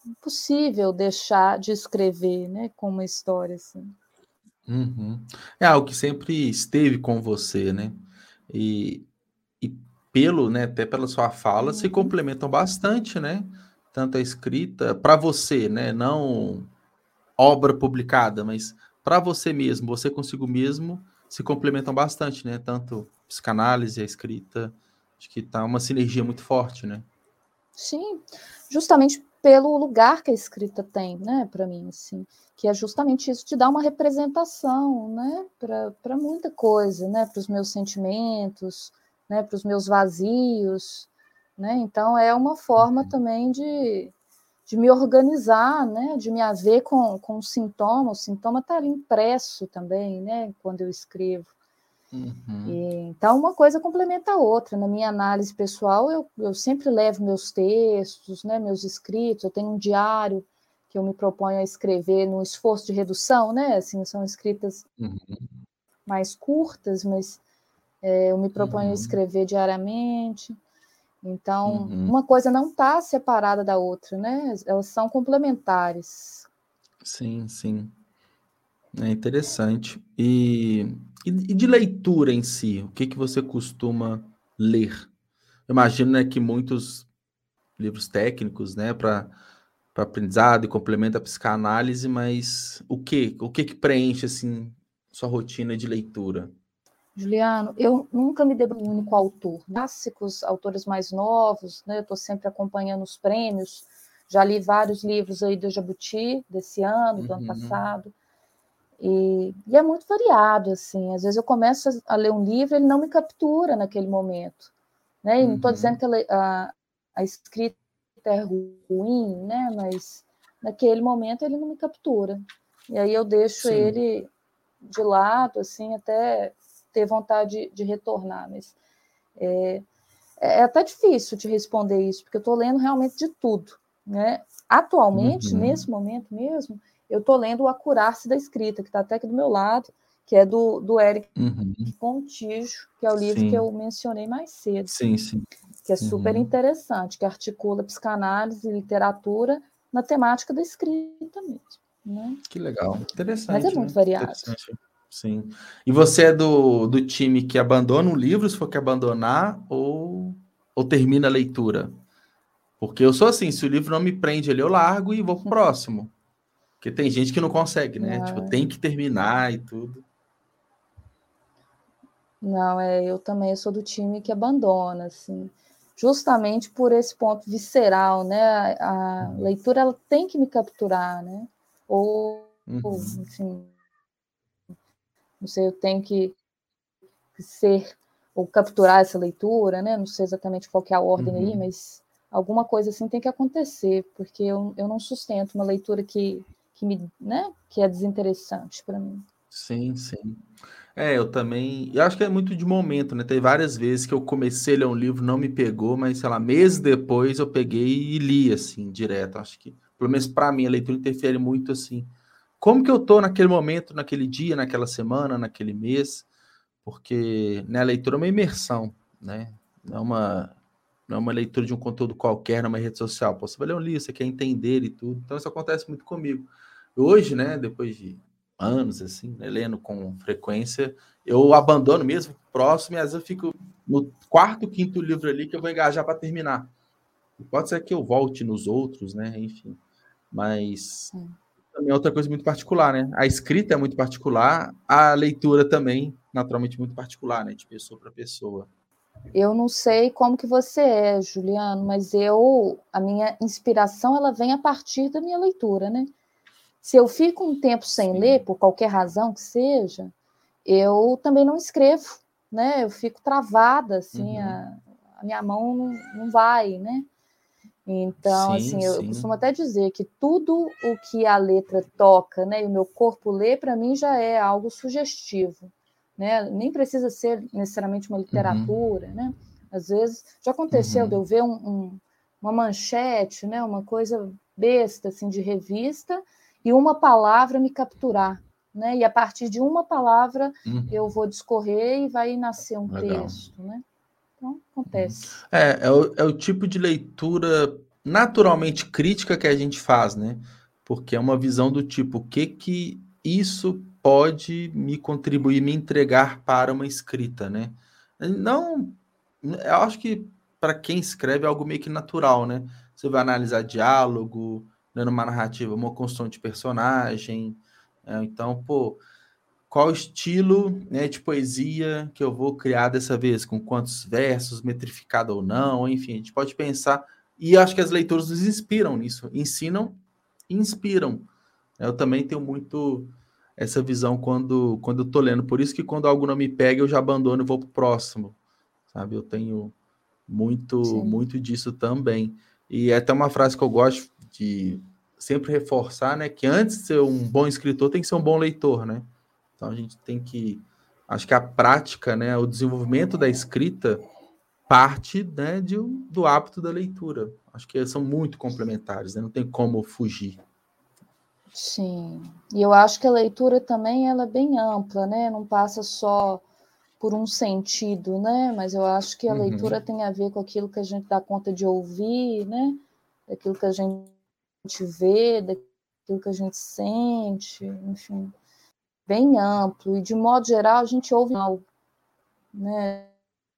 impossível deixar de escrever, né, com uma história assim. Uhum. É algo que sempre esteve com você, né? E, e pelo, né, até pela sua fala, se complementam bastante, né? Tanto a escrita para você, né? Não obra publicada, mas para você mesmo, você consigo mesmo, se complementam bastante, né? Tanto psicanálise, a escrita, acho que tá uma sinergia muito forte, né? Sim, justamente pelo lugar que a escrita tem, né, para mim, assim, que é justamente isso, te dá uma representação, né, para muita coisa, né, para os meus sentimentos, né, para os meus vazios, né, então é uma forma também de me organizar, né, de me haver com o sintoma está ali impresso também, né, quando eu escrevo. Então, uma coisa complementa a outra. Na minha análise pessoal, eu sempre levo meus textos, né, meus escritos. Eu tenho um diário que eu me proponho a escrever no esforço de redução, né? Assim, são escritas mais curtas, mas eu me proponho a escrever diariamente. Então, uma coisa não está separada da outra, né? Elas são complementares. Sim, sim. É interessante. E de leitura em si, o que que você costuma ler? Eu imagino, né, que muitos livros técnicos, né, para aprendizado e complementa a psicanálise, mas o que que preenche assim sua rotina de leitura? Juliano, eu nunca me dei um único autor. Clássicos, autores mais novos, né? Eu estou sempre acompanhando os prêmios. Já li vários livros aí do Jabuti, desse ano, do ano passado. E é muito variado, assim. Às vezes eu começo a ler um livro, ele não me captura naquele momento. Né? E não estou dizendo que a escrita é ruim, né? Mas naquele momento ele não me captura. E aí eu deixo Sim. ele de lado, assim, até ter vontade de retornar. Mas é até difícil te responder isso, porque eu estou lendo realmente de tudo. Né? Atualmente, nesse momento mesmo, eu estou lendo o Acurar-se da Escrita, que está até aqui do meu lado, que é do Eric Contígio, que é o livro que Sim, eu mencionei mais cedo, sim, sim. que é super interessante, que articula psicanálise e literatura na temática da escrita mesmo. Né? Que legal. Mas é Interessante, muito né? variado. Interessante. Sim. E você é do time que abandona um livro se for que abandonar ou termina a leitura? Porque eu sou assim, se o livro não me prende ali, eu largo e vou pro próximo. Porque tem gente que não consegue, né? Tipo, tem que terminar e tudo. Não, eu também sou do time que abandona, assim, justamente por esse ponto visceral, né? A leitura ela tem que me capturar, né? Ou, enfim, não sei, eu tenho que ser ou capturar essa leitura, né? Não sei exatamente qual que é a ordem aí, mas alguma coisa assim tem que acontecer, porque eu não sustento uma leitura que me, né? Que é desinteressante para mim. Sim, sim. É, eu também. Eu acho que é muito de momento, né? Tem várias vezes que eu comecei a ler um livro, não me pegou, mas sei lá, meses depois eu peguei e li assim, direto. Acho que, pelo menos para mim, a leitura interfere muito assim. Como que eu tô naquele momento, naquele dia, naquela semana, naquele mês? Porque, né, a leitura é uma imersão, né? Não é uma leitura de um conteúdo qualquer numa rede social. Pô, você vai ler um livro, você quer entender e tudo. Então isso acontece muito comigo. Hoje, né, depois de anos assim, né, lendo com frequência, eu abandono mesmo próximo e às vezes eu fico no quarto, quinto livro ali que eu vou engajar para terminar. Pode ser que eu volte nos outros, né, enfim. Mas também é outra coisa muito particular, né? A escrita é muito particular, a leitura também, naturalmente, muito particular, né? De pessoa para pessoa. Eu não sei como que você é, Juliano, mas a minha inspiração, ela vem a partir da minha leitura, né? Se eu fico um tempo sem ler, Sim. por qualquer razão que seja, eu também não escrevo, né? Eu fico travada, assim, a minha mão não vai, né? Então, Sim, assim, eu sim. costumo até dizer que tudo o que a letra toca, né, e o meu corpo lê, para mim já é algo sugestivo, né? Nem precisa ser necessariamente uma literatura, né? Às vezes já aconteceu de eu ver uma manchete, né, uma coisa besta assim de revista e uma palavra me capturar, né? E a partir de uma palavra eu vou discorrer e vai nascer um Legal. texto, né? Então acontece. É o tipo de leitura naturalmente crítica que a gente faz, né? Porque é uma visão do tipo, o que que isso pode me contribuir, me entregar para uma escrita, né? Não, eu acho que para quem escreve é algo meio que natural, né? Você vai analisar diálogo, né, numa narrativa, uma construção de personagem, então, pô, qual estilo, né, de poesia que eu vou criar dessa vez, com quantos versos, metrificado ou não, enfim, a gente pode pensar, e acho que as leituras nos inspiram nisso, ensinam e inspiram. Eu também tenho muito essa visão quando eu tô lendo, por isso que quando algo não me pega, eu já abandono e vou pro próximo, sabe? Eu tenho Sim, muito disso também. E é até uma frase que eu gosto de sempre reforçar, né, que antes de ser um bom escritor, tem que ser um bom leitor, né? Então a gente tem que, acho que a prática, né, o desenvolvimento da escrita parte, né, do hábito da leitura. Acho que são muito complementares, né? Não tem como fugir. sim. E eu acho que a leitura também ela é bem ampla, né? Não passa só por um sentido, né? Mas eu acho que a leitura Uhum, tem a ver com aquilo que a gente dá conta de ouvir, né? Daquilo que a gente vê, daquilo que a gente sente, enfim, bem amplo. E de modo geral a gente ouve mal, né,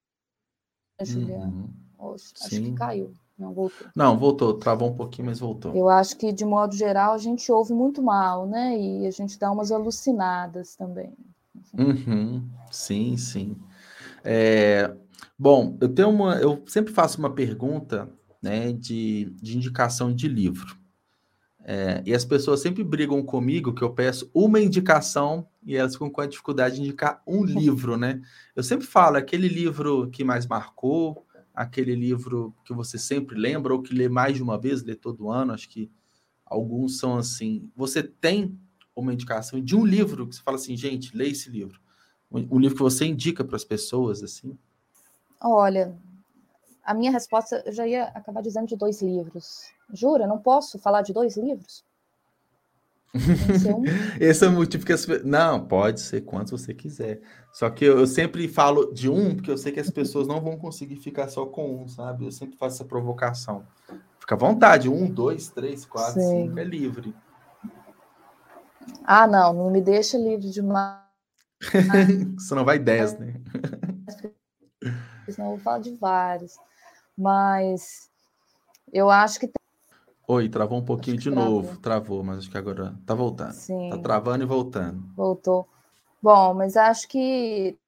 Juliana? uhum, Acho que sim. caiu. Não, voltou. Não, voltou, travou um pouquinho, mas voltou. Eu acho que, de modo geral, a gente ouve muito mal, né? E a gente dá umas alucinadas também. Uhum, sim, sim. É, bom, eu sempre faço uma pergunta, né, de indicação de livro. E as pessoas sempre brigam comigo que eu peço uma indicação e elas ficam com a dificuldade de indicar um livro, né? Eu sempre falo aquele livro que mais marcou, aquele livro que você sempre lembra ou que lê mais de uma vez, lê todo ano, acho que alguns são assim. Você tem uma indicação de um livro que você fala assim, gente, lê esse livro. Um livro que você indica para as pessoas, assim. Olha, a minha resposta, eu já ia acabar dizendo de 2 livros. Jura? Não posso falar de 2 livros? Tem que ser um. Esse é o motivo que Não, pode ser quantos você quiser. Só que eu sempre falo de um, porque eu sei que as pessoas não vão conseguir ficar só com um, sabe? Eu sempre faço essa provocação. Fica à vontade, um, dois, três, quatro, cinco, é Sim. livre. Ah, não, não me deixa livre demais, Você não vai 10, né? senão eu vou falar de vários. Mas eu acho que Oi, travou um acho pouquinho que de novo. travou. Travou, mas acho que agora tá voltando. Tá Sim, travando e voltando. voltou. Bom, mas acho que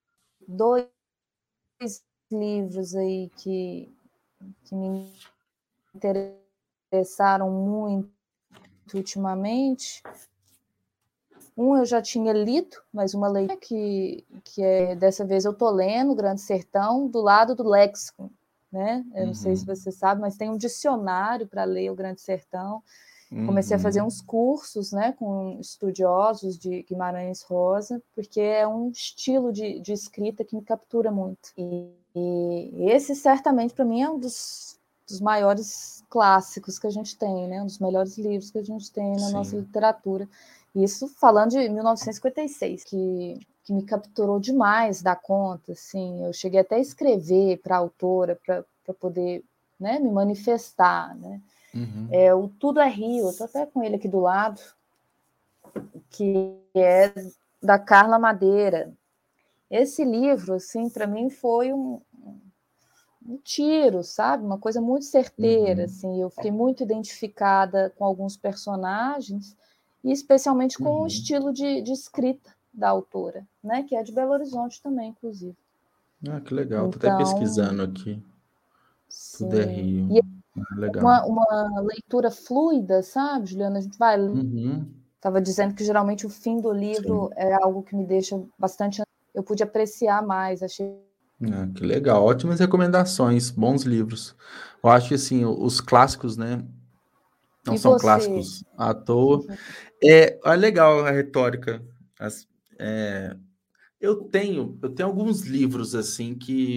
2 livros aí que me interessaram muito ultimamente. Um eu já tinha lido, mas uma leitura que é, dessa vez eu tô lendo, Grande Sertão, do lado do léxico, né? Eu não sei se Uhum, você sabe, mas tem um dicionário para ler o Grande Sertão. Comecei a fazer uhum, uns cursos, né, com estudiosos de Guimarães Rosa, porque é um estilo de escrita que me captura muito. E esse certamente para mim é um dos maiores clássicos que a gente tem, né? Um dos melhores livros que a gente tem na nossa sim. literatura. Isso falando de 1956, que me capturou demais da conta, assim, eu cheguei até a escrever para a autora para poder, né, me manifestar, né? Uhum, O Tudo é Rio, eu estou até com ele aqui do lado, que é da Carla Madeira. Esse livro, assim, para mim foi um tiro, sabe? Uma coisa muito certeira, uhum, assim. Eu fiquei muito identificada com alguns personagens e especialmente com o uhum. estilo de escrita da autora, né? Que é de Belo Horizonte também, inclusive. Ah, que legal. Tô até Então, pesquisando aqui. Tudo é sim. Rio. E Ah, legal. uma leitura fluida, sabe, Juliana? A gente vai. Uhum, Estava dizendo que geralmente o fim do livro sim. é algo que me deixa bastante. Eu pude apreciar mais, achei. Ah, que legal. Ótimas recomendações, bons livros. Eu acho que assim, os clássicos, né? Não E são você? clássicos à toa. É legal a retórica. As- é, eu tenho alguns livros assim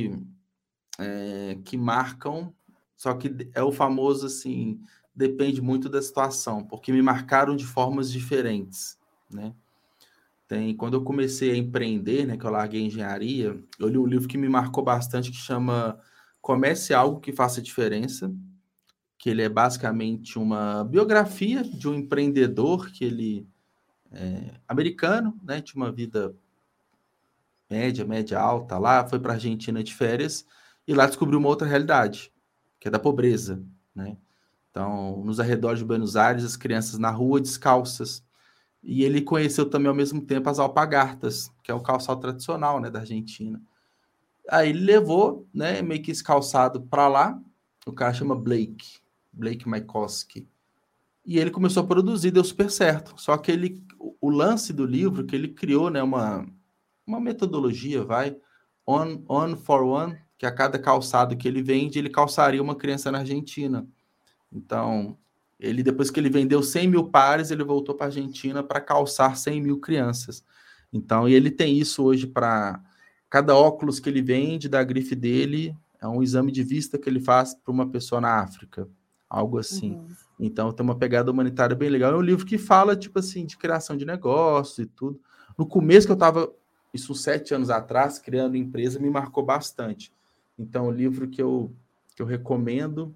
que marcam, só que é o famoso assim, depende muito da situação, porque me marcaram de formas diferentes, né? Quando eu comecei a empreender, né, que eu larguei a engenharia, eu li um livro que me marcou bastante que chama Comece Algo que Faça Diferença, que ele é basicamente uma biografia de um empreendedor que ele é americano, né? Tinha uma vida média alta lá, foi para a Argentina de férias e lá descobriu uma outra realidade, que é da pobreza, né? Então, nos arredores de Buenos Aires, as crianças na rua descalças. E ele conheceu também ao mesmo tempo as alpargatas, que é o calçado tradicional, né, da Argentina. Aí ele levou, né, meio que esse calçado para lá. O cara chama Blake Mycoskie. E ele começou a produzir, deu super certo. Só que o lance do livro que ele criou, né, uma metodologia, on for one, que a cada calçado que ele vende, ele calçaria uma criança na Argentina. Então, ele depois que ele vendeu 100 mil pares, ele voltou para a Argentina para calçar 100 mil crianças. Então, e ele tem isso hoje para cada óculos que ele vende, da grife dele, é um exame de vista que ele faz para uma pessoa na África, algo assim. Uhum. Então, tem uma pegada humanitária bem legal. É um livro que fala, tipo assim, de criação de negócios e tudo. No começo que eu estava, isso 7 anos atrás, criando empresa, me marcou bastante. Então, o livro que eu recomendo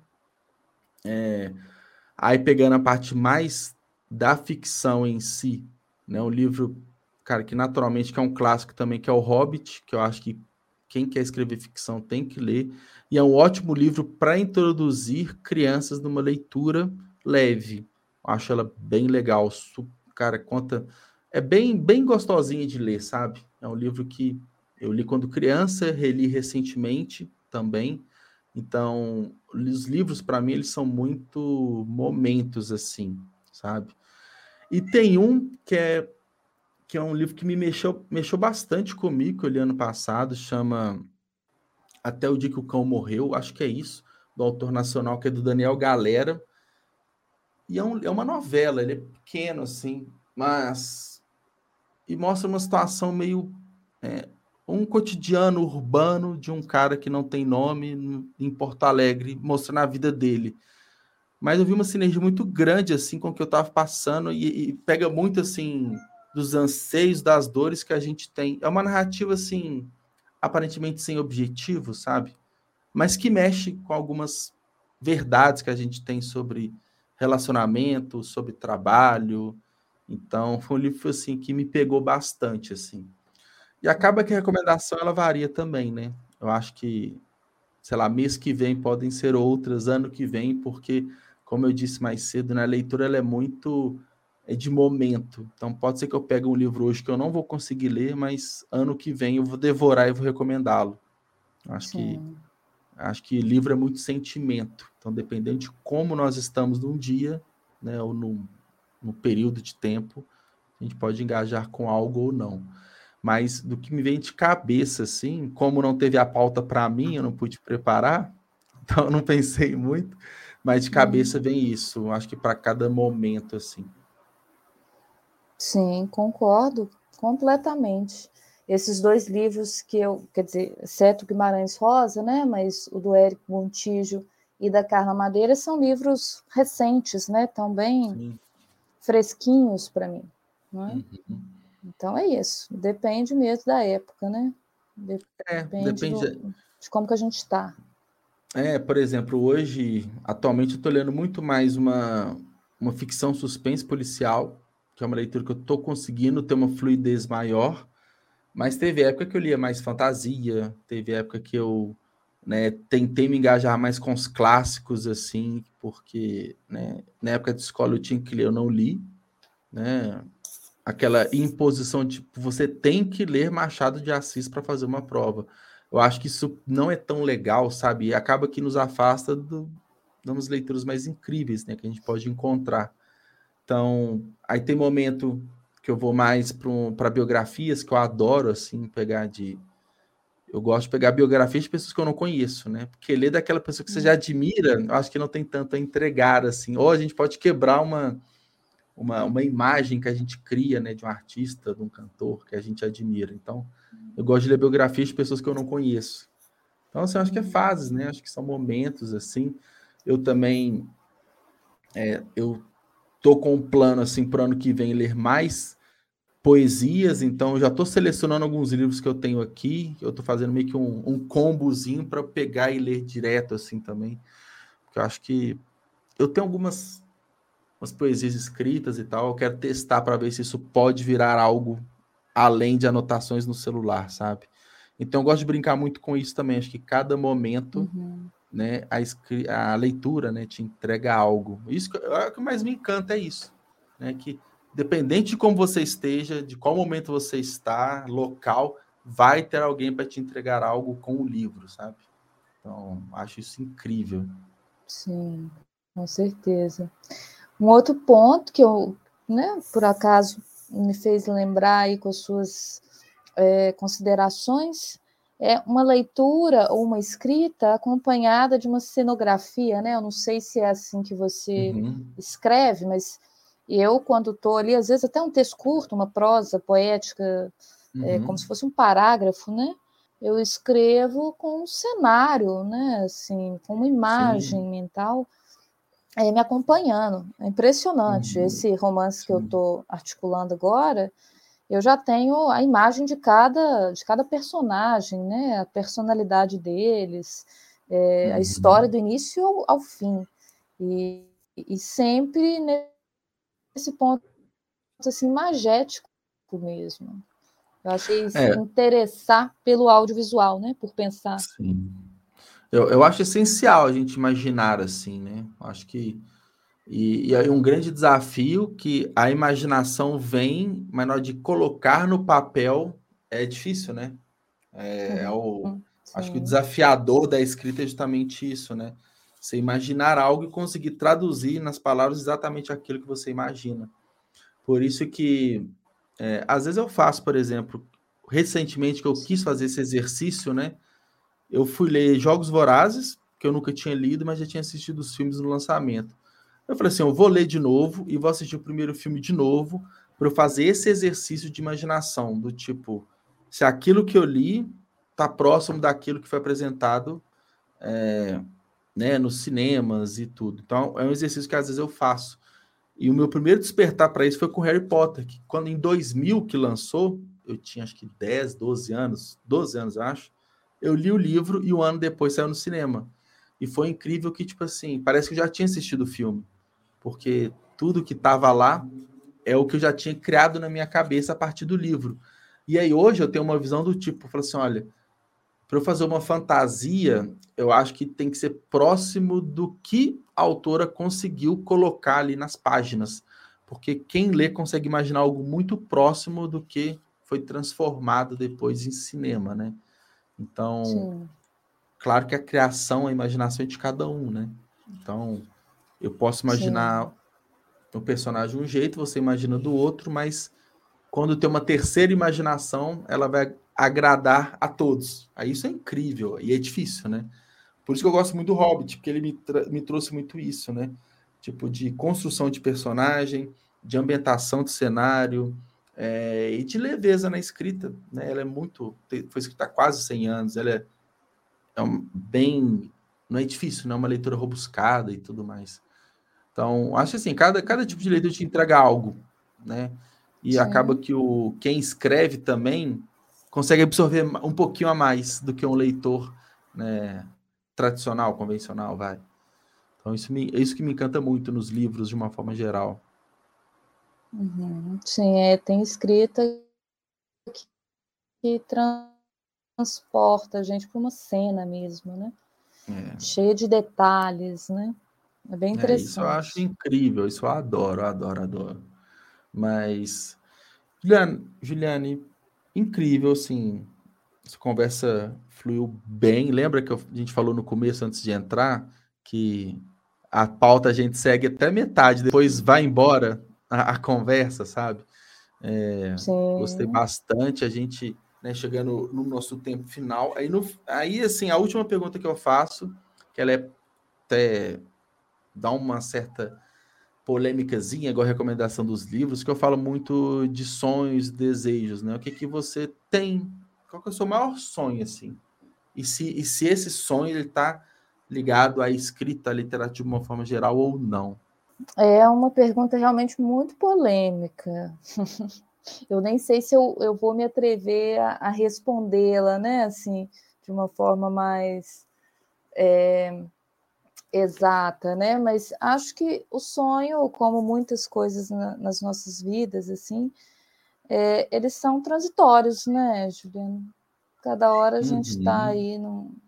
aí pegando a parte mais da ficção em si, né? Um livro, cara, que naturalmente que é um clássico também, que é O Hobbit, que eu acho que quem quer escrever ficção tem que ler. E é um ótimo livro para introduzir crianças numa leitura leve. Eu acho ela bem legal. Cara, conta... É bem gostosinha de ler, sabe? É um livro que eu li quando criança, reli recentemente também. Então, os livros, para mim, eles são muito momentos, assim, sabe? E tem um que é um livro que me mexeu bastante comigo, que eu li ano passado, chama Até o Dia que o Cão Morreu, acho que é isso, do autor nacional, que é do Daniel Galera. E é uma novela, ele é pequeno, assim, mas... E mostra uma situação meio... um cotidiano urbano de um cara que não tem nome em Porto Alegre, mostrando a vida dele. Mas eu vi uma sinergia muito grande, assim, com o que eu estava passando e pega muito, assim, dos anseios, das dores que a gente tem. É uma narrativa, assim, aparentemente sem objetivo, sabe? Mas que mexe com algumas verdades que a gente tem sobre relacionamento, sobre trabalho. Então, foi um livro, assim, que me pegou bastante, assim. E acaba que a recomendação ela varia também, né? Eu acho que, sei lá, mês que vem podem ser outras, ano que vem, porque, como eu disse mais cedo, né, a leitura ela é muito de momento. Então, pode ser que eu pegue um livro hoje que eu não vou conseguir ler, mas ano que vem eu vou devorar e vou recomendá-lo. Acho que livro é muito sentimento. Então, dependendo de como nós estamos num dia, né, ou num período de tempo, a gente pode engajar com algo ou não. Mas do que me vem de cabeça, assim, como não teve a pauta para mim, eu não pude preparar, então eu não pensei muito, mas de cabeça vem isso, acho que para cada momento, assim. Sim, concordo completamente. Esses 2 livros que quer dizer, exceto Guimarães Rosa, né, mas o do Érico Gontijo e da Carla Madeira são livros recentes, né, tão bem fresquinhos para mim, né? Uhum. Então é isso, depende mesmo da época, né? Depende de como que a gente está. Por exemplo, hoje, atualmente, eu estou lendo muito mais uma ficção suspense policial, que é uma leitura que eu estou conseguindo ter uma fluidez maior, mas teve época que eu lia mais fantasia, teve época que eu tentei me engajar mais com os clássicos, assim, porque na época de escola eu tinha que ler, eu não li, né? Aquela imposição de tipo, você tem que ler Machado de Assis para fazer uma prova. Eu acho que isso não é tão legal, sabe? E acaba que nos afasta das leituras mais incríveis, né, que a gente pode encontrar. Então, aí tem momento que eu vou mais para biografias, que eu adoro, assim, eu gosto de pegar biografias de pessoas que eu não conheço, né? Porque ler daquela pessoa que você já admira, eu acho que não tem tanto a entregar, assim. Ou a gente pode quebrar uma imagem que a gente cria, né, de um artista, de um cantor que a gente admira. Então, eu gosto de ler biografias de pessoas que eu não conheço. Então, assim, eu acho que é fases, né? Acho que são momentos, assim. Eu também... eu tô com um plano, assim, para o ano que vem, ler mais poesias. Então, eu já estou selecionando alguns livros que eu tenho aqui. Eu estou fazendo meio que um combozinho para pegar e ler direto, assim, também. Porque eu acho que eu tenho algumas umas poesias escritas e tal, eu quero testar para ver se isso pode virar algo além de anotações no celular, sabe? Então eu gosto de brincar muito com isso também. Acho que cada momento, né, a leitura, né, te entrega algo. Isso o que mais me encanta é isso, né? Que dependente de como você esteja, de qual momento você está, local, vai ter alguém para te entregar algo com o livro, sabe? Então, acho isso incrível. Sim, com certeza. Um outro ponto que eu, né, por acaso me fez lembrar aí com as suas considerações é uma leitura ou uma escrita acompanhada de uma cenografia, né? Eu não sei se é assim que você escreve, mas eu, quando estou ali, às vezes até um texto curto, uma prosa poética, como se fosse um parágrafo, né? Eu escrevo com um cenário, né? Assim, com uma imagem Sim. mental me acompanhando. É impressionante. Esse romance que eu estou articulando agora, eu já tenho a imagem de cada personagem, né? A personalidade deles, a história do início ao fim. E sempre nesse ponto assim, magético mesmo. Eu achei É, interessar pelo audiovisual, né? Por pensar. sim. Eu acho essencial a gente imaginar assim, né? Acho que e aí um grande desafio que a imaginação vem, mas na hora de colocar no papel é difícil, né? Acho que o Sim, desafiador da escrita é justamente isso, né? Você imaginar algo e conseguir traduzir nas palavras exatamente aquilo que você imagina. Por isso que às vezes eu faço, por exemplo, recentemente que eu quis fazer esse exercício, né? Eu fui ler Jogos Vorazes, que eu nunca tinha lido, mas já tinha assistido os filmes no lançamento. Eu falei assim, eu vou ler de novo e vou assistir o primeiro filme de novo para eu fazer esse exercício de imaginação, do tipo, se aquilo que eu li está próximo daquilo que foi apresentado, né, nos cinemas e tudo. Então, é um exercício que às vezes eu faço. E o meu primeiro despertar para isso foi com Harry Potter, que quando em 2000 que lançou, eu tinha acho que 10, 12 anos, eu acho. Eu li o livro e um ano depois saiu no cinema. E foi incrível que, tipo assim, parece que eu já tinha assistido o filme, porque tudo que estava lá é o que eu já tinha criado na minha cabeça a partir do livro. E aí hoje eu tenho uma visão do tipo, eu falo assim, olha, para eu fazer uma fantasia, eu acho que tem que ser próximo do que a autora conseguiu colocar ali nas páginas. Porque quem lê consegue imaginar algo muito próximo do que foi transformado depois em cinema, né? Então, sim, claro que a criação, a imaginação é de cada um, né? Então, eu posso sim. imaginar um personagem de um jeito, você imagina do outro, mas quando tem uma terceira imaginação, ela vai agradar a todos. Aí isso é incrível e é difícil, né? Por isso que eu gosto muito do Hobbit, porque ele me trouxe muito isso, né? Tipo, de construção de personagem, de ambientação de cenário, e de leveza na escrita, né? Ela é muito... Foi escrita há quase 100 anos, ela bem... Não é difícil, não é uma leitura robuscada e tudo mais. Então, acho assim, cada tipo de leitura te entrega algo, né? E acaba Sim. que quem escreve também consegue absorver um pouquinho a mais do que um leitor, né, tradicional, convencional, vai. Então, é isso que me encanta muito nos livros, de uma forma geral. Sim, tem escrita que transporta a gente para uma cena mesmo, né? Cheia de detalhes, né? É bem Isso eu acho interessante. incrível, isso eu adoro, adoro, adoro. Mas, Juliane, incrível, assim, essa conversa fluiu bem. Lembra que a gente falou no começo, antes de entrar, que a pauta a gente segue até metade, depois vai embora a conversa, sabe? Gostei Sim, bastante, a gente, né, chegando no nosso tempo final. Aí, assim, a última pergunta que eu faço, que ela é até dá uma certa polêmicazinha, igual a recomendação dos livros, que eu falo muito de sonhos, desejos, né? O que que você tem? Qual que é o seu maior sonho, assim? E se esse sonho ele está ligado à escrita, à literatura de uma forma geral ou não? é uma pergunta realmente muito polêmica. Eu nem sei se eu vou me atrever a respondê-la, né? Assim, de uma forma mais exata, né? Mas acho que o sonho, como muitas coisas nas nossas vidas, assim, eles são transitórios, né, Juliano? Cada hora a gente está aí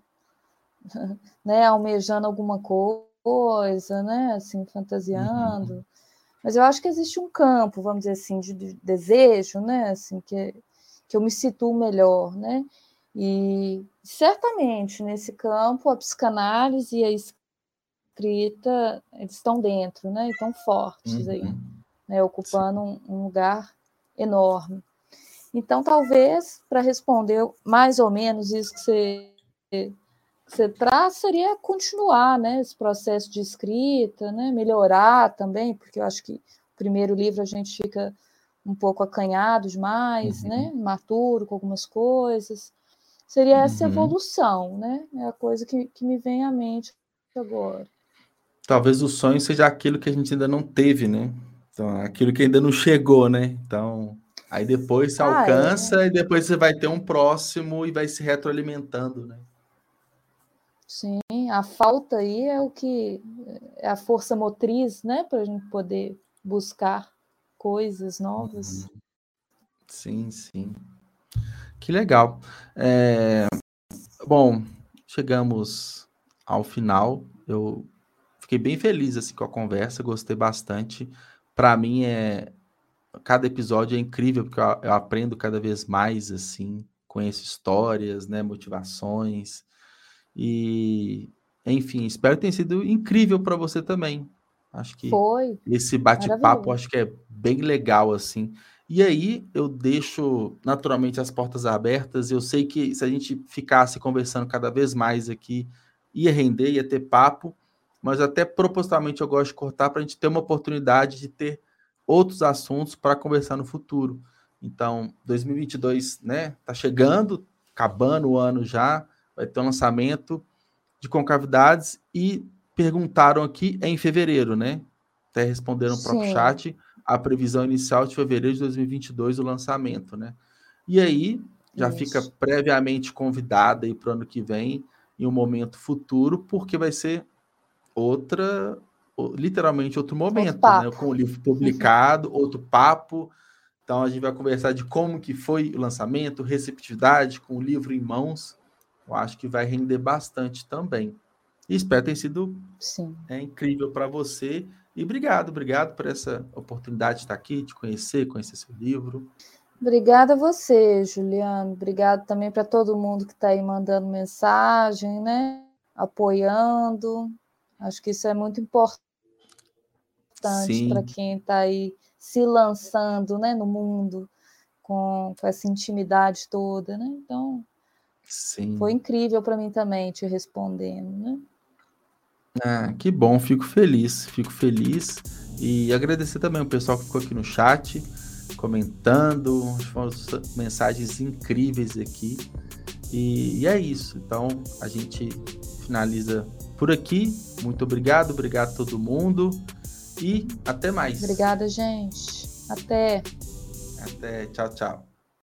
né, almejando alguma coisa, né, assim, fantasiando. Mas eu acho que existe um campo, vamos dizer assim, de desejo, né, assim, que eu me situo melhor, né? E certamente nesse campo a psicanálise e a escrita eles estão dentro, né? E estão fortes aí, né? Ocupando um lugar enorme. Então, talvez, para responder mais ou menos isso que você traz, seria continuar, né, esse processo de escrita, né, melhorar também, porque eu acho que o primeiro livro a gente fica um pouco acanhado demais, né, imaturo com algumas coisas. Seria essa evolução, né? É a coisa que me vem à mente agora. Talvez o sonho seja aquilo que a gente ainda não teve, né? Então, aquilo que ainda não chegou, né? Então, aí depois você alcança e depois você vai ter um próximo e vai se retroalimentando, né? Sim, a falta aí é o que é a força motriz, né? Para a gente poder buscar coisas novas. Sim, sim. Que legal. Bom, chegamos ao final. Eu fiquei bem feliz assim, com a conversa, gostei bastante. Para mim, cada episódio é incrível, porque eu aprendo cada vez mais, assim, conheço histórias, né, motivações. E, enfim, espero que tenha sido incrível para você também. Acho que Foi esse bate-papo, maravilhoso. acho que é bem legal, assim. E aí eu deixo naturalmente as portas abertas. Eu sei que se a gente ficasse conversando cada vez mais aqui, ia render, ia ter papo, mas até propositalmente eu gosto de cortar para a gente ter uma oportunidade de ter outros assuntos para conversar no futuro. Então, 2022, né, tá chegando, acabando o ano já, vai ter um lançamento de Concavidades e perguntaram aqui em fevereiro, né? Até responderam no próprio Sim, chat, a previsão inicial de fevereiro de 2022 o lançamento, né? E aí já fica isso. previamente convidada aí para o ano que vem, em um momento futuro, porque vai ser literalmente outro Outro momento, né? papo. Com o livro publicado, outro papo. Então a gente vai conversar de como que foi o lançamento, receptividade com o livro em mãos. Eu acho que vai render bastante também. E espero ter sido incrível para você. E obrigado por essa oportunidade de estar aqui, de conhecer seu livro. Obrigada a você, Juliano. Obrigado também para todo mundo que está aí mandando mensagem, né? Apoiando. Acho que isso é muito importante para Sim, quem está aí se lançando, né, no mundo com essa intimidade toda, né? Então, foi sim. incrível para mim também te respondendo, né? Ah, que bom, fico feliz. E agradecer também o pessoal que ficou aqui no chat, comentando, foram mensagens incríveis aqui. E é isso. Então, a gente finaliza por aqui. Muito obrigado a todo mundo e até mais. Obrigada, gente. Até. Até, tchau, tchau.